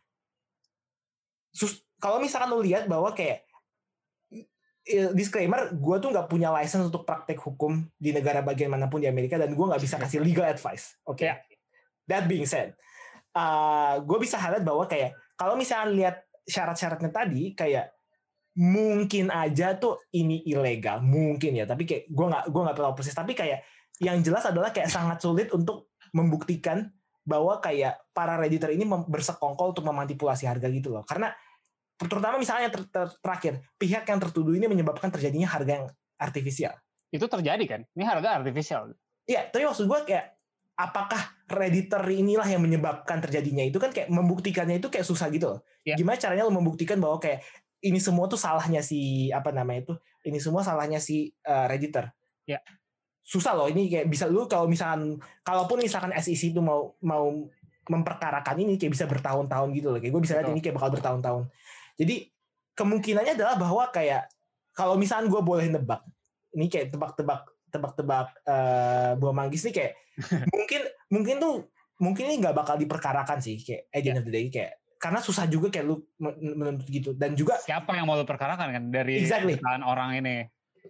A: kalau misalkan lo lihat bahwa kayak disclaimer, gue tuh nggak punya license untuk praktek hukum di negara bagian manapun di Amerika, dan gue nggak bisa kasih legal advice. Oke. That being said, gue bisa highlight bahwa kayak kalau misalnya lihat syarat-syaratnya tadi, kayak mungkin aja tuh ini ilegal, mungkin ya. Tapi kayak gue nggak tahu persis. Tapi kayak yang jelas adalah kayak sangat sulit untuk membuktikan bahwa kayak para redditor ini bersekongkol untuk memanipulasi harga gitu loh. Karena terutama misalnya terakhir, pihak yang tertuduh ini menyebabkan terjadinya harga yang artifisial.
C: Itu terjadi kan? Ini harga artifisial.
A: Iya, tapi maksud gue kayak apakah redditor inilah yang menyebabkan terjadinya itu, kan kayak membuktikannya itu kayak susah gitu loh. Gimana caranya lo membuktikan bahwa kayak ini semua tuh salahnya si ini semua salahnya si redditor. Susah loh ini, kayak bisa lu kalau misalkan kalaupun misalkan SEC itu mau memperkarakan ini kayak bisa bertahun-tahun gitu loh. Kayak gue bisa lihat ini kayak bakal bertahun-tahun. Jadi kemungkinannya adalah bahwa kayak kalau misalkan gue boleh nebak, ini kayak tebak-tebak buah manggis nih, kayak mungkin tuh mungkin ini nggak bakal diperkarakan sih kayak at the end of the day kayak karena susah juga kayak lu menuntut gitu dan juga
C: siapa yang mau lu perkarakan kan dari jutaan orang ini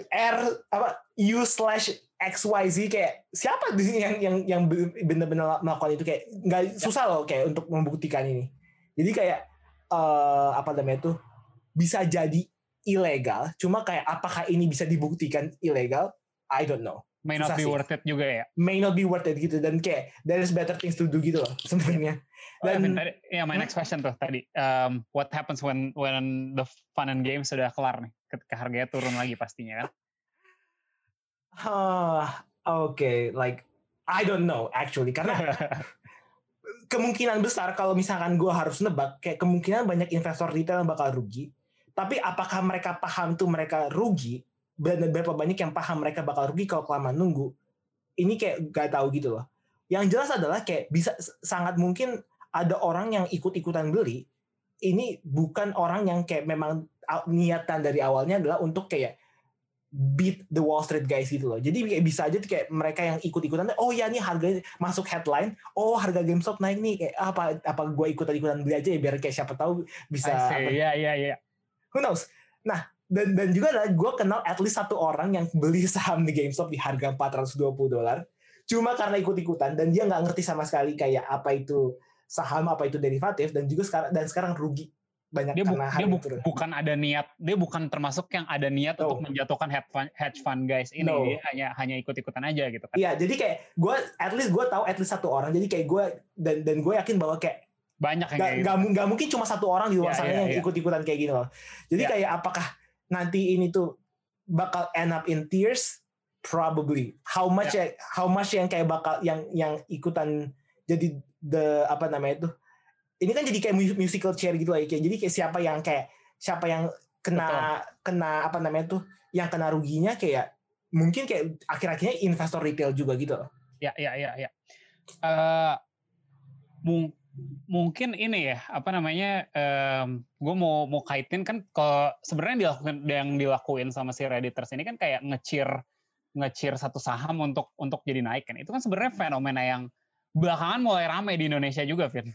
A: U/XYZ kayak siapa di sini yang benar-benar melakukan itu kayak nggak susah loh kayak untuk membuktikan ini. Jadi kayak apa namanya tuh bisa jadi ilegal, cuma kayak apakah ini bisa dibuktikan ilegal? I don't know.
C: May not be worth it juga ya.
A: May not be worth it gitu dan kayak there is better things to do gitu loh sebenarnya. Dan
C: my next question tuh tadi, what happens when the fun and games sudah kelar nih, ketika harganya turun lagi pastinya kan?
A: Okay, like I don't know actually karena kemungkinan besar kalau misalkan gue harus nebak kayak kemungkinan banyak investor retail yang bakal rugi. Tapi apakah mereka paham tuh mereka rugi? Dan berapa banyak yang paham mereka bakal rugi kalau kelamaan nunggu? Ini kayak gak tahu gitu loh. Yang jelas adalah kayak bisa sangat mungkin ada orang yang ikut-ikutan beli. Ini bukan orang yang kayak memang niatan dari awalnya adalah untuk kayak beat the Wall Street guys gitu loh. Jadi kayak bisa aja kayak mereka yang ikut-ikutan, oh ya nih harga masuk headline, oh harga GameStop naik nih, kayak apa gue ikutan beli aja ya biar kayak siapa tahu bisa.
C: Iya.
A: Who knows? Nah, dan juga adalah gue kenal at least satu orang yang beli saham di GameStop di harga $420 cuma karena ikut-ikutan dan dia nggak ngerti sama sekali kayak apa itu saham, apa itu derivatif dan juga sekarang rugi banyak karena
C: dia bukan ada niat, dia bukan termasuk yang ada niat untuk menjatuhkan hedge fund guys ini, dia hanya ikut-ikutan aja gitu kan.
A: Iya, jadi kayak gue tahu at least satu orang, jadi kayak gue dan gue yakin bahwa kayak
C: banyak yang
A: nggak mungkin cuma satu orang di luar sana yang ikut-ikutan kayak gini loh. Jadi kayak apakah nanti ini tuh bakal end up in tears? Probably. How much yang kayak bakal yang ikutan jadi apa namanya itu? Ini kan jadi kayak musical chair gitu lah, kayak jadi kayak siapa yang kena apa namanya tuh, yang kena ruginya kayak mungkin kayak akhir-akhirnya investor retail juga gitu loh.
C: Ya. Mungkin ini ya apa namanya, gue mau kaitin kan kalau sebenarnya yang dilakuin sama si Redditors ini kan kayak nge-cheer satu saham untuk jadi naik kan, itu kan sebenarnya fenomena yang belakangan mulai ramai di Indonesia juga, Vin,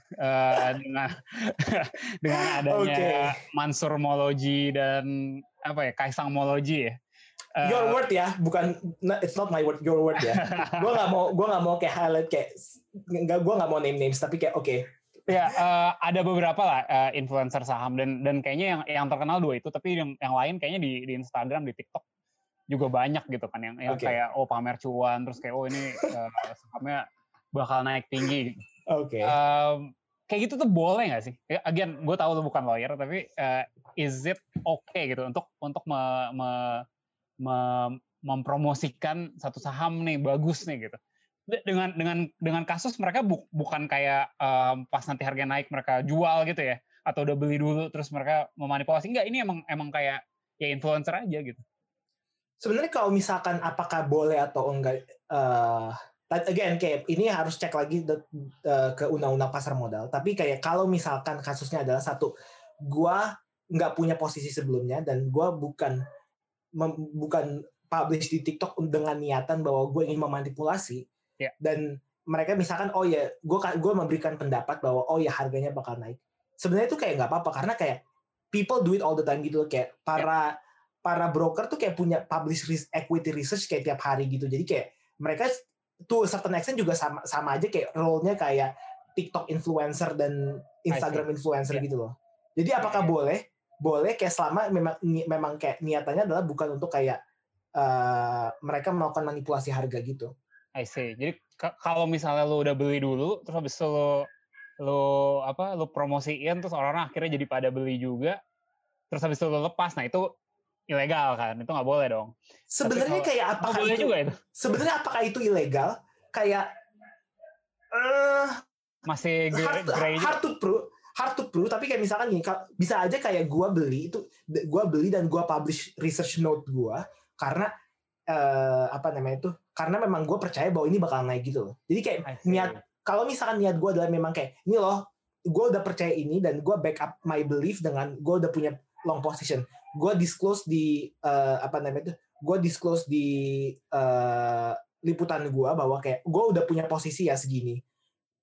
C: dengan adanya Mansur Moloji dan apa ya, Kaisang Moloji ya.
A: Your word ya, bukan, it's not my word, your word ya. Gue nggak mau kayak highlight kayak, gue nggak mau name names tapi kayak
C: Ya, ada beberapa lah influencer saham dan kayaknya yang terkenal dua itu, tapi yang lain kayaknya di Instagram, di TikTok juga banyak gitu kan yang kayak pamer cuan terus kayak ini sahamnya bakal naik tinggi. Kayak gitu tuh boleh nggak sih? Again, gue tahu lu bukan lawyer, tapi is it okay gitu untuk mempromosikan satu saham nih bagus nih gitu? Dengan kasus mereka bukan kayak pas nanti harga naik mereka jual gitu ya, atau udah beli dulu terus mereka memanipulasi. Enggak, ini emang kayak ya influencer aja gitu.
A: Sebenarnya kalau misalkan apakah boleh atau enggak, again kayak ini harus cek lagi ke undang-undang pasar modal. Tapi kayak kalau misalkan kasusnya adalah satu, gue nggak punya posisi sebelumnya dan gue bukan publish di TikTok dengan niatan bahwa gue ingin memanipulasi. Dan mereka misalkan gue memberikan pendapat bahwa harganya bakal naik. Sebenarnya itu kayak nggak apa-apa karena kayak people do it all the time gitu, kayak para broker tuh kayak punya publish equity research kayak tiap hari gitu. Jadi kayak mereka tuh certain extent juga sama aja kayak role-nya kayak TikTok influencer dan Instagram influencer gitu loh. Jadi apakah boleh kayak selama memang kayak niatannya adalah bukan untuk kayak mereka melakukan manipulasi harga gitu.
C: I see. Jadi kalau misalnya lo udah beli dulu terus habis itu lo promosiin terus orang-orang akhirnya jadi pada beli juga terus habis itu lo lepas, nah itu ilegal kan, itu nggak boleh dong.
A: Sebenarnya kayak apakah itu juga itu? Sebenarnya apakah itu ilegal? Kayak
C: masih
A: hard to prove. Tapi kayak misalkan nih, bisa aja kayak gue beli dan gue publish research note gue karena apa namanya itu? Karena memang gue percaya bahwa ini bakal naik gitu loh. Jadi kayak kalau misalkan niat gue adalah memang kayak ini loh, gue udah percaya ini dan gue back up my belief dengan gue udah punya long position. Gue disclose di liputan gue bahwa kayak gue udah punya posisi ya segini.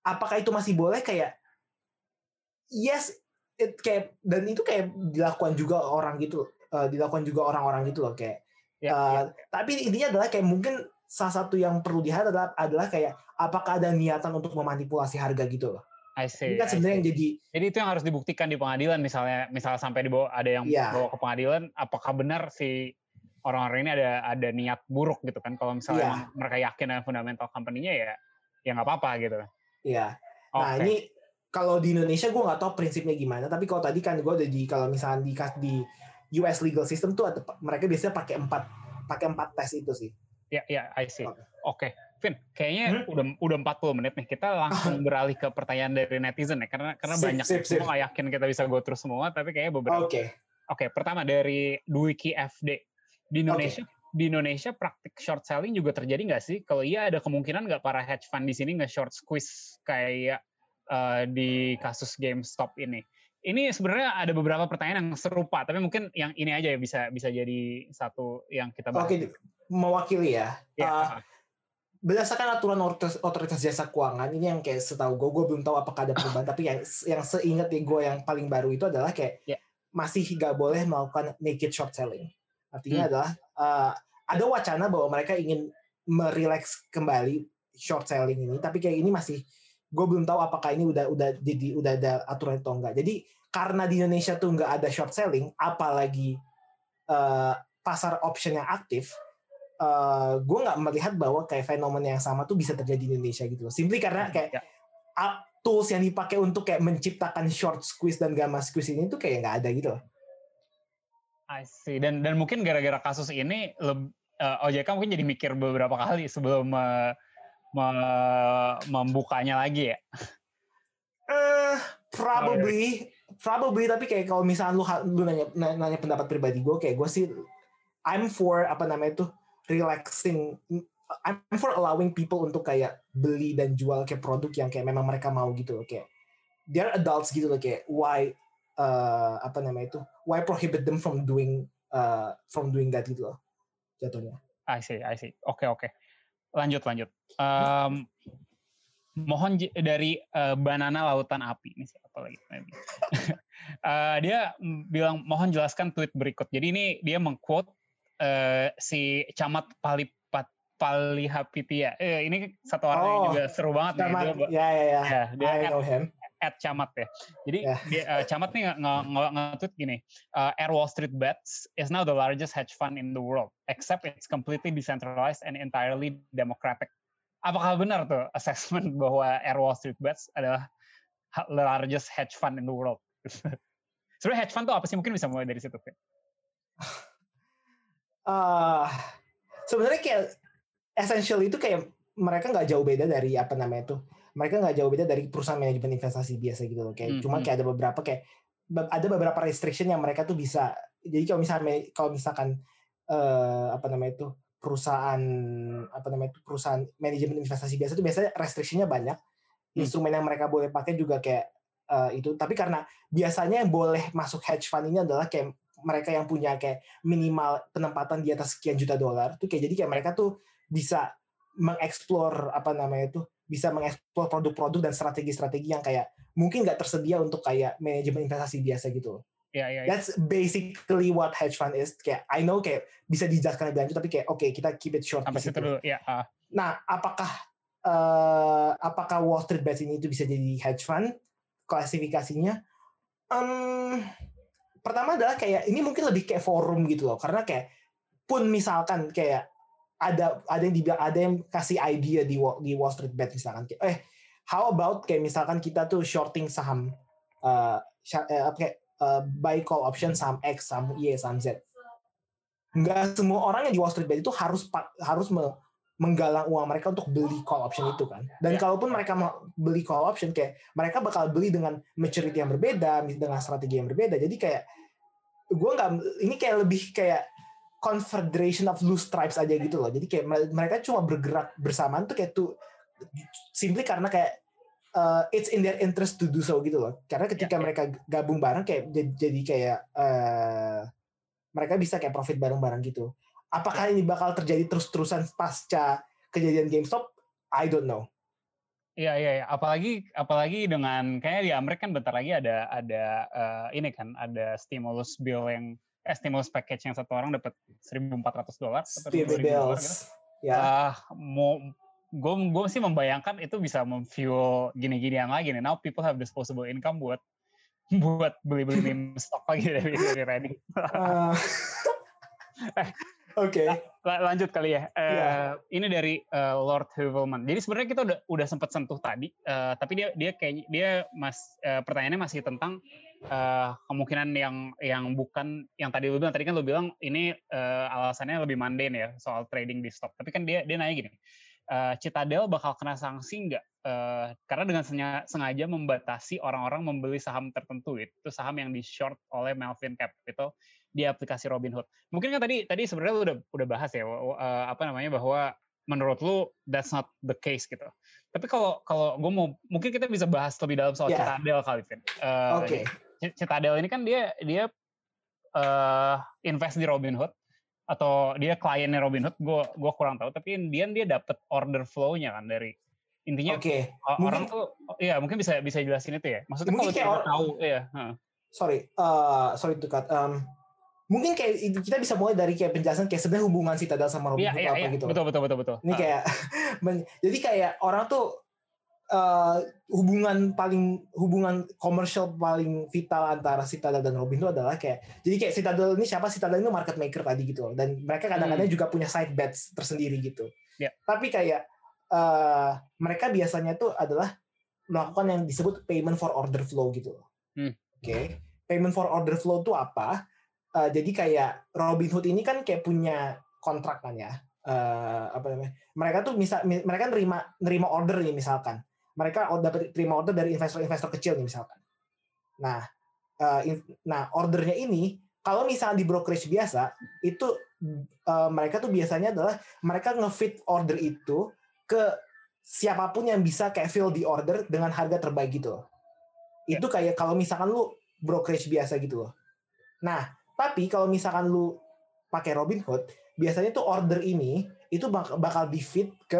A: apakah itu masih boleh? Kayak yes, kayak, dan itu kayak dilakukan juga orang gitu, dilakukan juga orang-orang gitu loh kayak. Tapi intinya adalah kayak mungkin salah satu yang perlu dilihat adalah kayak apakah ada niatan untuk memanipulasi harga gitu loh.
C: I see.
A: Ini kan sebenarnya yang
C: jadi itu yang harus dibuktikan di pengadilan, misalnya sampai dibawa, ada yang bawa ke pengadilan, apakah benar si orang-orang ini ada niat buruk gitu kan? Kalau misalnya mereka yakin dengan fundamental company-nya, ya nggak apa-apa gitu.
A: Iya. Nah ini kalau di Indonesia gue nggak tahu prinsipnya gimana, tapi kalau tadi kan gue udah kalau misalnya di US legal system tuh mereka biasanya pakai empat tes itu sih.
C: Ya, I see. Oke. Vin, kayaknya udah 40 menit nih. Kita langsung beralih ke pertanyaan dari netizen ya, karena banyak. Gue nggak yakin kita bisa go terus semua, tapi kayaknya beberapa. Oke, pertama dari Dwiki FD. Di Indonesia praktik short selling juga terjadi nggak sih? Kalau iya, ada kemungkinan nggak para hedge fund di sini nge-short squeeze kayak di kasus GameStop ini? Ini sebenarnya ada beberapa pertanyaan yang serupa, tapi mungkin yang ini aja ya bisa jadi satu yang kita bahas.
A: Oke, mewakili ya. Berdasarkan aturan otoritas jasa keuangan, ini yang kayak setahu gue belum tahu apakah ada perubahan, tapi yang seingat gue yang paling baru itu adalah kayak masih nggak boleh melakukan naked short selling. Artinya adalah ada wacana bahwa mereka ingin merelax kembali short selling ini, tapi kayak ini masih gue belum tahu apakah ini udah ada aturan atau enggak. Jadi karena di Indonesia tuh nggak ada short selling, apalagi pasar option yang aktif, gue nggak melihat bahwa kayak fenomena yang sama tuh bisa terjadi di Indonesia gitu. Simply karena kayak tools yang dipakai untuk kayak menciptakan short squeeze dan gamma squeeze ini tuh kayak nggak ada gitu.
C: I see. Dan mungkin gara-gara kasus ini OJK mungkin jadi mikir beberapa kali sebelum membukanya lagi ya.
A: Probably, tapi kayak kalau misalnya lu nanya pendapat pribadi gue, kayak gue sih I'm for relaxing, I'm for allowing people untuk kayak beli dan jual kayak produk yang kayak memang mereka mau gitu loh, kayak they're adults gitu loh, kayak why prohibit them from doing that gitu loh jatuhnya.
C: I see. Oke. Lanjut. Mohon dari Banana Lautan Api, ini siapa lagi? Dia bilang mohon jelaskan tweet berikut. Jadi ini dia mengquote si Camat Palihapitia. Ini satu orang yang juga seru banget.
A: Camat,
C: dia
A: I know him.
C: @camat ya. Jadi Camat nih nge-tweet gini, Air Wall Street Bets is now the largest hedge fund in the world, except it's completely decentralized and entirely democratic. Apakah benar tuh assessment bahwa Air Wall Street Bets adalah the largest hedge fund in the world? Sebenarnya hedge fund tuh apa sih? Mungkin bisa mulai dari situ.
A: Sebenarnya kayak essentially itu kayak mereka nggak jauh beda dari mereka nggak jauh beda dari perusahaan manajemen investasi biasa gitu loh. Kayak cuma kayak ada beberapa restriction yang mereka tuh bisa. Jadi kalau misalkan perusahaan manajemen investasi biasa itu biasanya restrictionnya banyak. Instrumen yang mereka boleh pakai juga kayak itu. Tapi karena biasanya yang boleh masuk hedge fund ini adalah kayak mereka yang punya kayak minimal penempatan di atas sekian juta dolar. Tuh kayak jadi kayak mereka tuh bisa mengeksplor bisa mengeksplor produk-produk dan strategi-strategi yang kayak mungkin nggak tersedia untuk kayak manajemen investasi biasa gitu. That's basically what hedge fund is. Kayak I know kayak bisa dijelaskan lebih lanjut, tapi kayak oke, kita keep it short.
C: Sampai situ dulu.
A: Nah, apakah Wall Street Bets ini itu bisa jadi hedge fund? Klasifikasinya, pertama adalah kayak ini mungkin lebih kayak forum gitu loh, karena kayak pun misalkan kayak ada yang kasih idea di Wall Street Bet misalkan kayak how about kayak misalkan kita tuh shorting saham buy call option saham X, saham Y, saham Z. Nggak semua orang yang di Wall Street Bet itu harus menggalang uang mereka untuk beli call option itu kan. Dan kalaupun mereka mau beli call option, kayak mereka bakal beli dengan maturity yang berbeda, dengan strategi yang berbeda. Jadi kayak ini kayak lebih kayak confederation of loose tribes aja gitu loh. Jadi kayak mereka cuma bergerak bersamaan tuh kayak simply karena kayak it's in their interest to do so gitu loh. Karena ketika mereka gabung bareng kayak jadi kayak mereka bisa kayak profit bareng-bareng gitu. Apakah ini bakal terjadi terus-terusan pasca kejadian GameStop? I don't know.
C: Iya. Apalagi dengan kayaknya di Amerika kan bentar lagi ada ini kan ada stimulus bill yang stimulus package yang satu orang dapat $1.400 atau $2.000 gitu.
A: Ya.
C: Gue sih membayangkan itu bisa memfuel gini-ginian lagi nih. Now people have disposable income buat beli-beli meme stock lagi dari Reddit.
A: Oke.
C: Lanjut kali ya. Ini dari Lord Hüvelman. Jadi sebenarnya kita udah sempat sentuh tadi, tapi dia pertanyaannya masih tentang kemungkinan yang bukan yang tadi lu bilang. Tadi kan lu bilang ini alasannya lebih mundane ya soal trading di stock. Tapi kan dia nanya gini, Citadel bakal kena sanksi nggak? Karena dengan sengaja membatasi orang-orang membeli saham tertentu, itu saham yang di short oleh Melvin Capital di aplikasi Robinhood. Mungkin kan tadi sebenarnya lu udah bahas ya bahwa menurut lu that's not the case gitu. Tapi kalau gue mungkin kita bisa bahas lebih dalam soal Citadel kali, Vin.
A: Oke.
C: Citadel ini kan dia invest di Robinhood atau dia kliennya Robinhood, gue kurang tahu. Tapi dia dapat order flow-nya kan dari intinya orang tuh mungkin bisa jelasin itu ya. Maksudnya kalau kita tahu
A: sorry to cut. Mungkin kayak kita bisa mulai dari kayak penjelasan kayak sebenarnya hubungan Citadel sama Robinhood apa gitu.
C: Betul.
A: Ini kayak jadi kayak orang tuh hubungan komersial paling vital antara Citadel dan Robinhood adalah jadi kayak Citadel ini siapa? Citadel ini market maker tadi gitu. Dan mereka kadang-kadang juga punya side bets tersendiri gitu. Tapi kayak mereka biasanya tuh adalah melakukan yang disebut payment for order flow gitu. Oke. Payment for order flow itu apa? Jadi kayak Robinhood ini kan kayak punya kontrak kan ya. Mereka tuh mereka nerima order nih misalkan. Mereka dapat terima order dari investor kecil nih misalkan. Nah, ordernya ini kalau misalnya di brokerage biasa itu mereka tuh biasanya adalah mereka nge-feed order itu ke siapapun yang bisa kayak fill di order dengan harga terbaik gitu loh. Itu kayak kalau misalkan lu brokerage biasa gitu loh. Nah, tapi kalau misalkan lu pakai Robinhood, biasanya tuh order ini itu bakal di-feed ke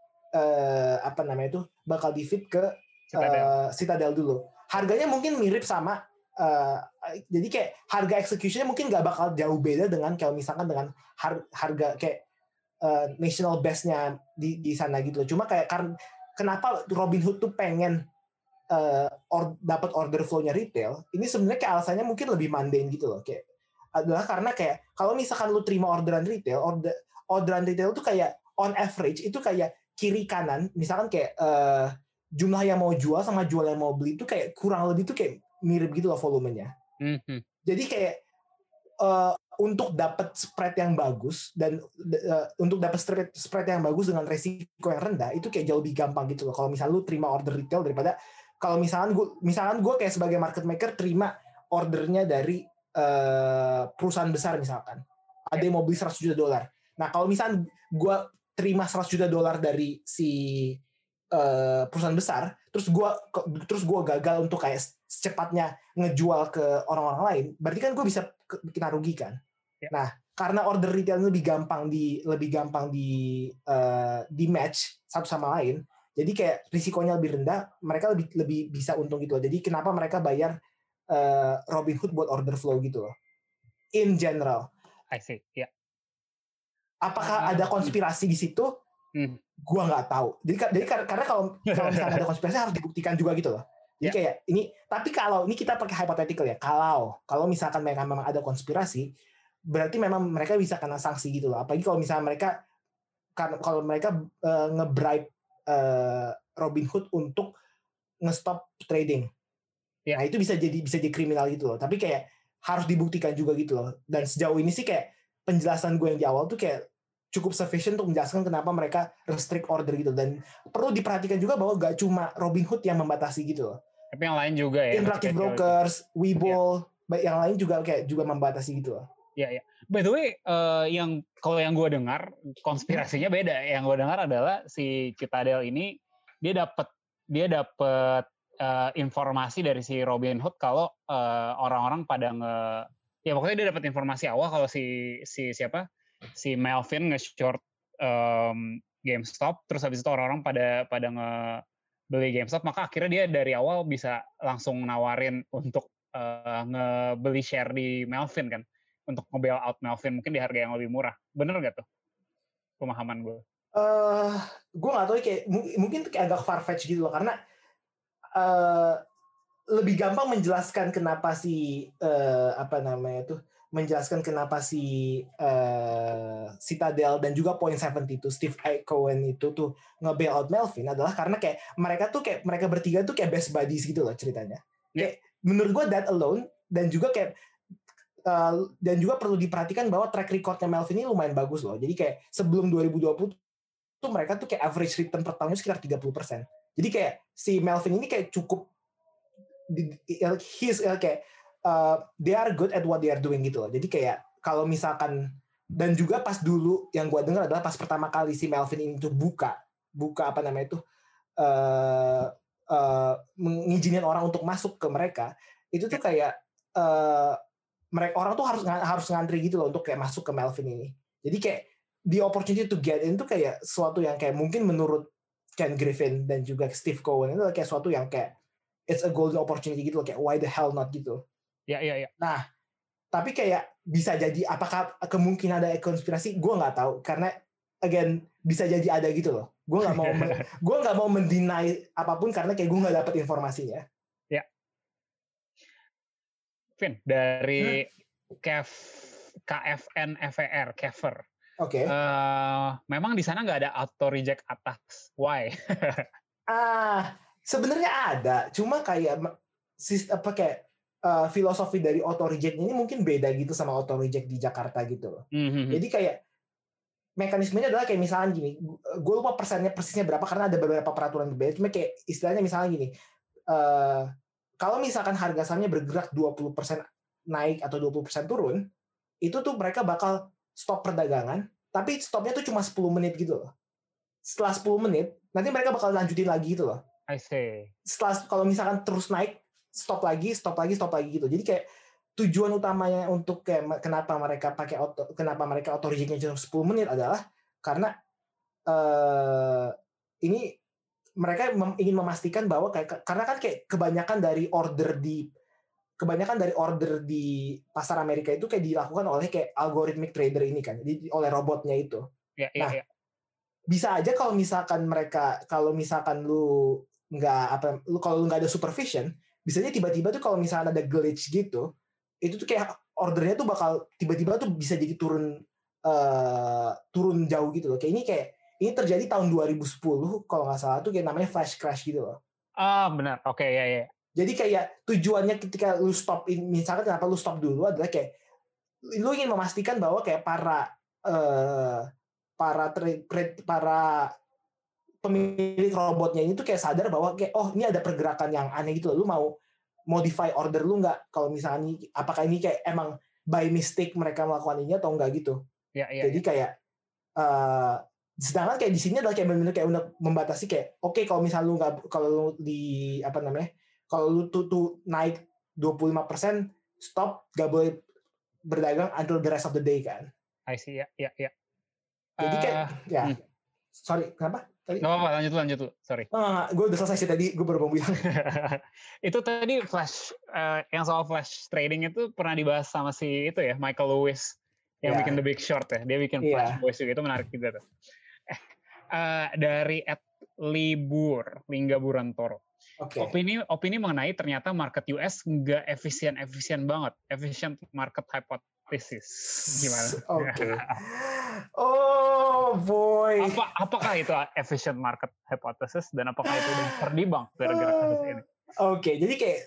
A: bakal di-feed ke Citadel dulu. Harganya mungkin mirip sama jadi kayak harga execution-nya mungkin nggak bakal jauh beda dengan kalau misalkan dengan harga kayak national best-nya di sana gitu loh. Cuma kayak kenapa Robinhood tuh pengen dapat order flow-nya retail, ini sebenarnya kayak alasannya mungkin lebih mundane gitu loh, kayak adalah karena kayak kalau misalkan lu terima orderan retail tuh kayak on average itu kayak kiri kanan, misalkan kayak jumlah yang mau jual sama jual yang mau beli itu kayak kurang lebih tuh kayak mirip gitu loh volumenya. Jadi kayak untuk dapat spread yang bagus dan untuk dapat spread yang bagus dengan resiko yang rendah itu kayak jauh lebih gampang gitu loh. Kalau misalnya lu terima order retail daripada kalau misalkan gue kayak sebagai market maker terima ordernya dari perusahaan besar misalkan. Ada yang mau beli $100 juta. Nah, kalau misalnya gue terima $100 juta dari si perusahaan besar, terus gue gagal untuk kayak secepatnya ngejual ke orang-orang lain, berarti kan gue bisa kena rugi kan. Nah, karena order retail lebih gampang di match satu sama lain, jadi kayak risikonya lebih rendah, mereka lebih bisa untung gitu loh. Jadi kenapa mereka bayar Robinhood buat order flow gitu loh. In general.
C: I see.
A: Apakah ada konspirasi di situ? Gua nggak tahu. Jadi karena kalau misalnya ada konspirasi harus dibuktikan juga gitu loh. Jadi kayak ini. Tapi kalau ini kita pakai hypothetical ya. Kalau misalkan mereka memang ada konspirasi, berarti memang mereka bisa kena sanksi gitu loh. Apalagi kalau misalnya mereka nge-bribe Robinhood untuk nge-stop trading. Nah itu bisa jadi kriminal gitu loh. Tapi kayak harus dibuktikan juga gitu loh. Dan sejauh ini sih kayak penjelasan gue yang di awal tuh kayak cukup sufficient untuk menjelaskan kenapa mereka restrict order gitu. Dan perlu diperhatikan juga bahwa gak cuma Robinhood yang membatasi gitu loh.
C: Tapi yang lain juga ya.
A: Interactive Brokers, Webull, yang lain juga kayak juga membatasi gitu loh.
C: Iya. By the way, kalau yang gue dengar konspirasinya beda. Yang gue dengar adalah si Citadel ini dia dapat informasi dari si Robinhood kalau orang-orang pada pokoknya dia dapat informasi awal kalau si Melvin nge-short GameStop, terus habis itu orang-orang pada beli GameStop, maka akhirnya dia dari awal bisa langsung nawarin untuk ngebeli share di Melvin kan, untuk nge-bail out Melvin mungkin di harga yang lebih murah. Bener gak tuh pemahaman gue?
A: Gue nggak tahu kayak mungkin kayak agak far-fetched gitu loh, karena uh, lebih gampang menjelaskan kenapa si menjelaskan kenapa si Citadel dan juga Point 70 itu Steve Cohen itu tuh nge-bail out Melvin adalah karena kayak mereka bertiga tuh kayak best buddies gitu loh ceritanya. Kayak menurut gue that alone, dan juga kayak dan juga perlu diperhatikan bahwa track recordnya Melvin ini lumayan bagus loh. Jadi kayak sebelum 2020 tuh mereka tuh kayak average return per tahunnya sekitar 30%. Jadi kayak si Melvin ini kayak cukup kayak they are good at what they are doing gitu loh. Jadi kayak kalau misalkan, dan juga pas dulu yang gue dengar adalah pas pertama kali si Melvin ini tuh buka apa namanya itu mengizinin orang untuk masuk ke mereka, itu tuh kayak mereka orang tuh harus ngantri gitu loh untuk kayak masuk ke Melvin ini. Jadi kayak the opportunity to get in tuh kayak sesuatu yang kayak mungkin menurut Ken Griffin dan juga Steve Cohen itu kayak sesuatu yang kayak it's a golden opportunity gitu loh, kayak why the hell not gitu.
C: Ya.
A: Nah, tapi kayak bisa jadi apakah kemungkinan ada konspirasi? Gue nggak tahu, karena again bisa jadi ada gitu loh. Gue nggak mau mendeny apapun karena kayak gue nggak dapat informasinya.
C: Ya. Vin, dari KFN FER, Kever.
A: Oke.
C: Memang di sana nggak ada auto reject atas. Why?
A: Sebenarnya ada, cuma kayak filosofi dari auto reject ini mungkin beda gitu sama auto reject di Jakarta gitu loh. Jadi kayak mekanismenya adalah kayak misalnya gini, gue lupa persennya persisnya berapa karena ada beberapa peraturan berbeda. Cuma kayak istilahnya misalnya gini, kalau misalkan harga sahamnya bergerak 20% naik atau 20% turun, itu tuh mereka bakal stop perdagangan, tapi stopnya tuh cuma 10 menit gitu loh. Setelah 10 menit, nanti mereka bakal lanjutin lagi gitu loh.
C: I see.
A: Setelah kalau misalkan terus naik, stop lagi gitu. Jadi kayak tujuan utamanya untuk kayak kenapa mereka auto rejectnya cuma 10 menit adalah karena ini mereka ingin memastikan bahwa karena kan kayak kebanyakan dari order di pasar Amerika itu kayak dilakukan oleh kayak algorithmic trader ini kan, oleh robotnya itu.
C: Nah,
A: bisa aja kalau misalkan lu kalau lu nggak ada supervision, bisa aja tiba-tiba tuh kalau misalnya ada glitch gitu, itu tuh kayak ordernya tuh bakal tiba-tiba tuh bisa jadi turun jauh gitu loh. Kayak ini terjadi tahun 2010 kalau nggak salah tuh kayak namanya flash crash gitu loh.
C: Benar. Oke, ya.
A: Jadi kayak tujuannya ketika lu stop, misalkan kenapa lu stop dulu adalah kayak lu ingin memastikan bahwa kayak para pemilik robotnya ini tuh kayak sadar bahwa kayak ini ada pergerakan yang aneh gitu loh. Lu mau modify order lu nggak? Kalau misalnya apakah ini kayak emang by mistake mereka melakukan ini atau enggak gitu? Jadi kayak sedangkan kayak di sini adalah kayak benar-benar kayak membatasi kayak kalau misalnya lu nggak, kalau lu tuh naik 25% stop, nggak boleh berdagang until the rest of the day kan?
C: I see, ya.
A: Jadi kayak sorry, kenapa?
C: Nggak apa-apa, lanjut lu. Sorry.
A: Gue udah selesai sih tadi, gue baru mau bilang.
C: Itu tadi yang soal flash trading itu pernah dibahas sama si itu ya, Michael Lewis yang bikin The Big Short ya. Dia bikin Flash Boys juga, itu menarik juga tuh. Dari Lingga Burantoro.
A: Okay.
C: Opini mengenai ternyata market US nggak efisien banget. Efficient market hypothesis. Gimana?
A: Oke. Oh boy.
C: Apakah itu efficient market hypothesis dan apakah itu udah terdebunk gara-gara kasus ini?
A: Oke, jadi kayak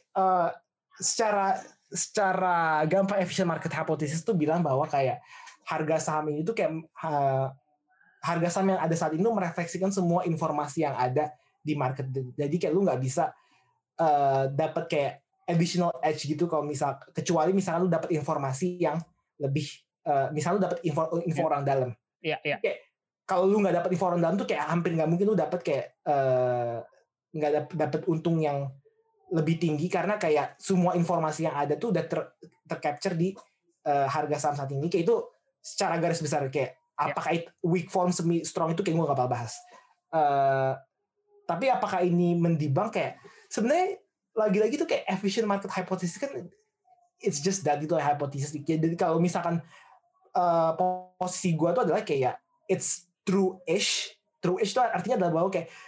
A: secara gampang efficient market hypothesis tuh bilang bahwa kayak harga saham ini tuh kayak harga saham yang ada saat ini merefleksikan semua informasi yang ada di market. Jadi kayak lu nggak bisa dapat kayak additional edge gitu kalau kecuali misalnya lu dapat informasi yang lebih misalnya lu dapat info orang dalam.
C: Iya.
A: Kayak kalau lu nggak dapat info orang dalam tuh kayak hampir nggak mungkin lu dapat kayak nggak dapat untung yang lebih tinggi karena kayak semua informasi yang ada tuh udah tercapture di harga saham saat ini. Kayak itu secara garis besar kayak apakah weak form semi strong itu kayak gue nggak bakal bahas. Tapi apakah ini mendebunk kayak sebenarnya lagi-lagi tuh kayak efficient market hypothesis kan it's just that itu hypothesis. Jadi kalau misalkan posisi gue tuh adalah kayak it's true-ish itu artinya adalah bahwa kayak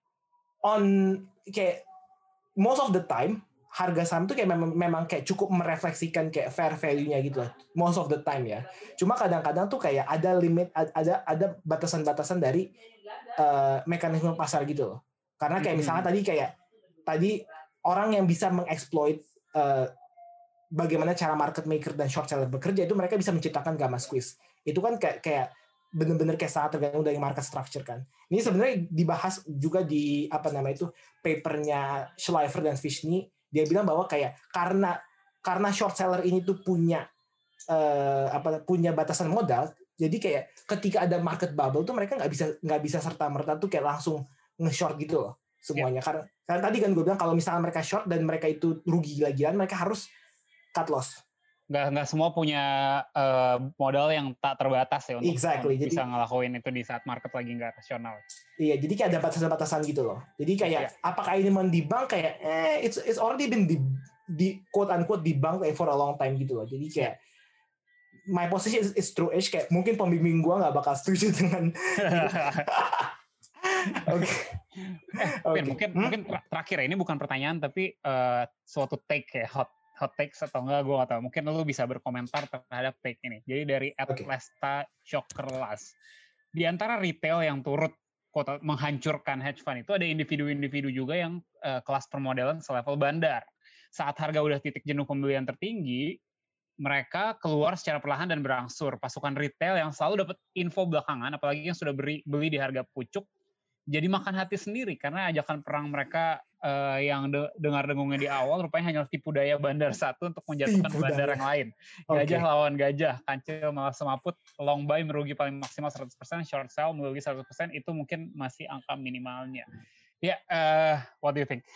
A: kayak most of the time harga saham tuh kayak memang kayak cukup merefleksikan kayak fair value-nya gitu lah most of the time ya. Cuma kadang-kadang tuh kayak ada limit, ada batasan-batasan dari mekanisme pasar gitu loh. Karena kayak misalnya tadi orang yang bisa mengeksploit bagaimana cara market maker dan short seller bekerja itu mereka bisa menciptakan gamma squeeze. Itu kan kayak benar-benar kayak sangat tergantung dari market structure kan. Ini sebenarnya dibahas juga di papernya Schleifer dan Fishny. Dia bilang bahwa kayak karena short seller ini tuh punya batasan modal, jadi kayak ketika ada market bubble tuh mereka nggak bisa serta merta tuh kayak langsung nge-short gitu loh semuanya. Karena tadi kan gue bilang kalau misalnya mereka short dan mereka itu rugi gila-gilaan, mereka harus cut loss.
C: Nggak semua punya modal yang tak terbatas ya untuk bisa ngelakuin itu di saat market lagi nggak rasional.
A: Iya, jadi kayak ada batasan-batasan gitu loh. Jadi kayak apakah ini mendebunk kayak it's already been di quote unquote debunk for a long time gitu loh. Jadi kayak my position is true-ish, kayak mungkin pembimbing gue nggak bakal setuju dengan
C: Oke. Mungkin terakhir ya, ini bukan pertanyaan tapi suatu take ya, hot takes atau enggak gue nggak tahu. Mungkin lu bisa berkomentar terhadap take ini. Jadi dari @lesta Shokerlas, di antara retail yang turut menghancurkan hedge fund itu ada individu-individu juga yang kelas permodalan selevel bandar. Saat harga udah titik jenuh pembelian tertinggi, mereka keluar secara perlahan dan berangsur. Pasukan retail yang selalu dapat info belakangan, apalagi yang sudah beli di harga pucuk, jadi makan hati sendiri karena ajakan perang mereka yang dengar-dengungnya di awal rupanya hanya tipu daya bandar satu untuk menjatuhkan bandar yang lain. Gajah lawan gajah, kancil malah semaput, long buy merugi paling maksimal 100%, short sell merugi 100%, itu mungkin masih angka minimalnya. Ya, what do you think?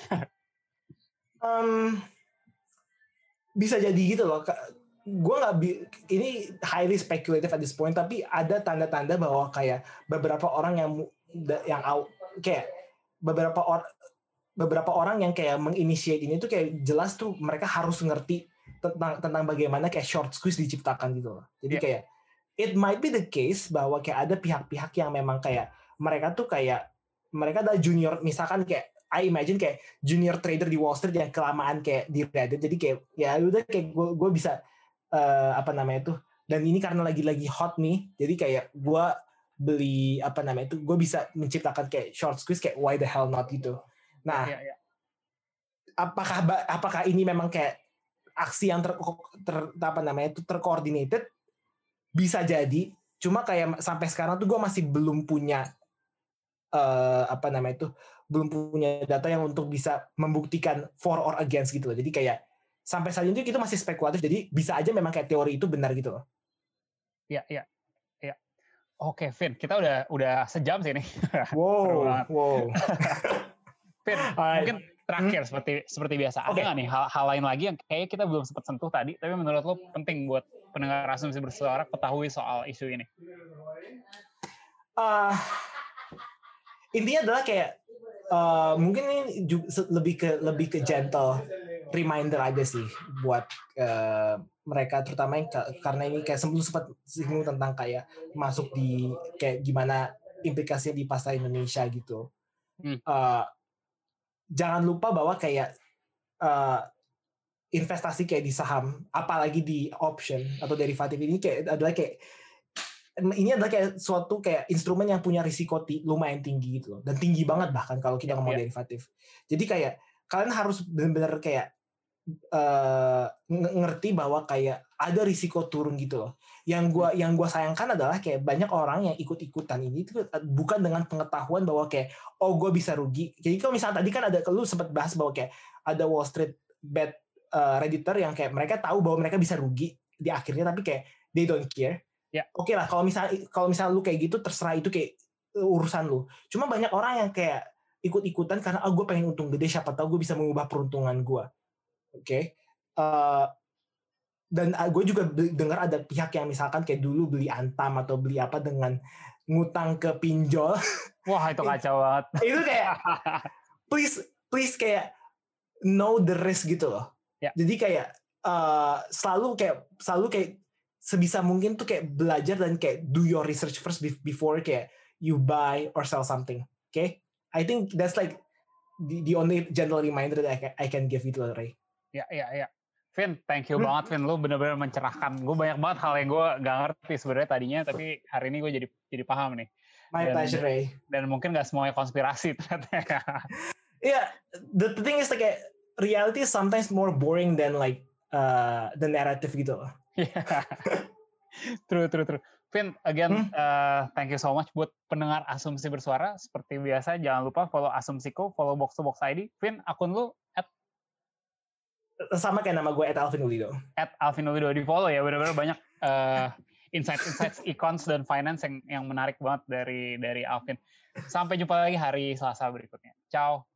A: Bisa jadi gitu loh. Gue ini highly speculative at this point, tapi ada tanda-tanda bahwa kayak beberapa orang yang kayak beberapa orang yang kayak menginitiate ini tuh kayak jelas tuh mereka harus ngerti tentang bagaimana kayak short squeeze diciptakan gitu loh. Jadi kayak it might be the case bahwa kayak ada pihak-pihak yang memang kayak mereka adalah junior, misalkan kayak I imagine kayak junior trader di Wall Street yang kelamaan kayak di Reddit, jadi kayak ya udah kayak gue bisa dan ini karena lagi hot nih, jadi kayak gue beli gue bisa menciptakan kayak short squeeze, kayak why the hell not gitu. Nah, apakah ini memang kayak aksi yang terkoordinated? Bisa jadi. Cuma kayak sampai sekarang tuh gue masih belum punya belum punya data yang untuk bisa membuktikan for or against gitu loh. Jadi kayak sampai saat ini itu masih spekulatif. Jadi bisa aja memang kayak teori itu benar gitu loh.
C: Iya. Oke, Vin, kita udah sejam sih nih.
A: Wow.
C: Vin, mungkin terakhir seperti biasa. Ada nggak nih hal lain lagi yang kayaknya kita belum sempat sentuh tadi, tapi menurut lo penting buat pendengar Asumsi Bersuara ketahui soal isu ini?
A: Intinya adalah kayak mungkin ini lebih ke gentle reminder aja sih buat mereka, terutama karena ini kayak sebelum sempat singgung tentang kayak masuk di kayak gimana implikasinya di pasar Indonesia gitu. Jangan lupa bahwa kayak investasi kayak di saham, apalagi di option atau derivatif ini adalah kayak suatu kayak instrumen yang punya risiko lumayan tinggi gitu loh, dan tinggi banget bahkan kalau kita ngomong derivatif. Jadi kayak kalian harus benar-benar kayak ngerti bahwa kayak ada risiko turun gitu loh. Yang gua sayangkan adalah kayak banyak orang yang ikut-ikutan ini itu bukan dengan pengetahuan bahwa kayak gue bisa rugi. Jadi kalau misalnya tadi kan lu sempat bahas bahwa kayak ada Wall Street bet redditor yang kayak mereka tahu bahwa mereka bisa rugi di akhirnya, tapi kayak they don't care. Oke lah, kalau misalnya lu kayak gitu terserah, itu kayak urusan lu. Cuma banyak orang yang kayak ikut-ikutan karena gue pengen untung gede, siapa tahu gue bisa mengubah peruntungan gue. Oke. Dan gue juga dengar ada pihak yang misalkan kayak dulu beli Antam atau beli apa dengan ngutang ke pinjol.
C: Wah, itu kacau banget.
A: Itu kayak please kayak know the risk gitu loh.
C: Ya.
A: Jadi kayak selalu kayak sebisa mungkin tuh kayak belajar dan kayak do your research first before kayak you buy or sell something. Okay? I think that's like the only gentle reminder that I can give itu, Ray.
C: Ya. Vin, thank you banget, Vin. Lu bener-bener mencerahkan. Gue banyak banget hal yang gue gak ngerti sebenarnya tadinya, tapi hari ini gue jadi paham nih.
A: My pleasure, Ray.
C: Dan mungkin gak semuanya konspirasi ternyata.
A: Yeah, the thing is like reality is sometimes more boring than like the narrative gitu loh.
C: True. Vin, again, thank you so much buat pendengar Asumsi Bersuara. Seperti biasa, jangan lupa follow Asumsiko, follow Box to Box ID. Vin, akun lu
A: sama kayak nama gue @alvinulido.
C: @alvinulido di follow ya, benar-benar banyak insights econs dan finance yang menarik banget dari Alvin. Sampai jumpa lagi hari Selasa berikutnya. Ciao.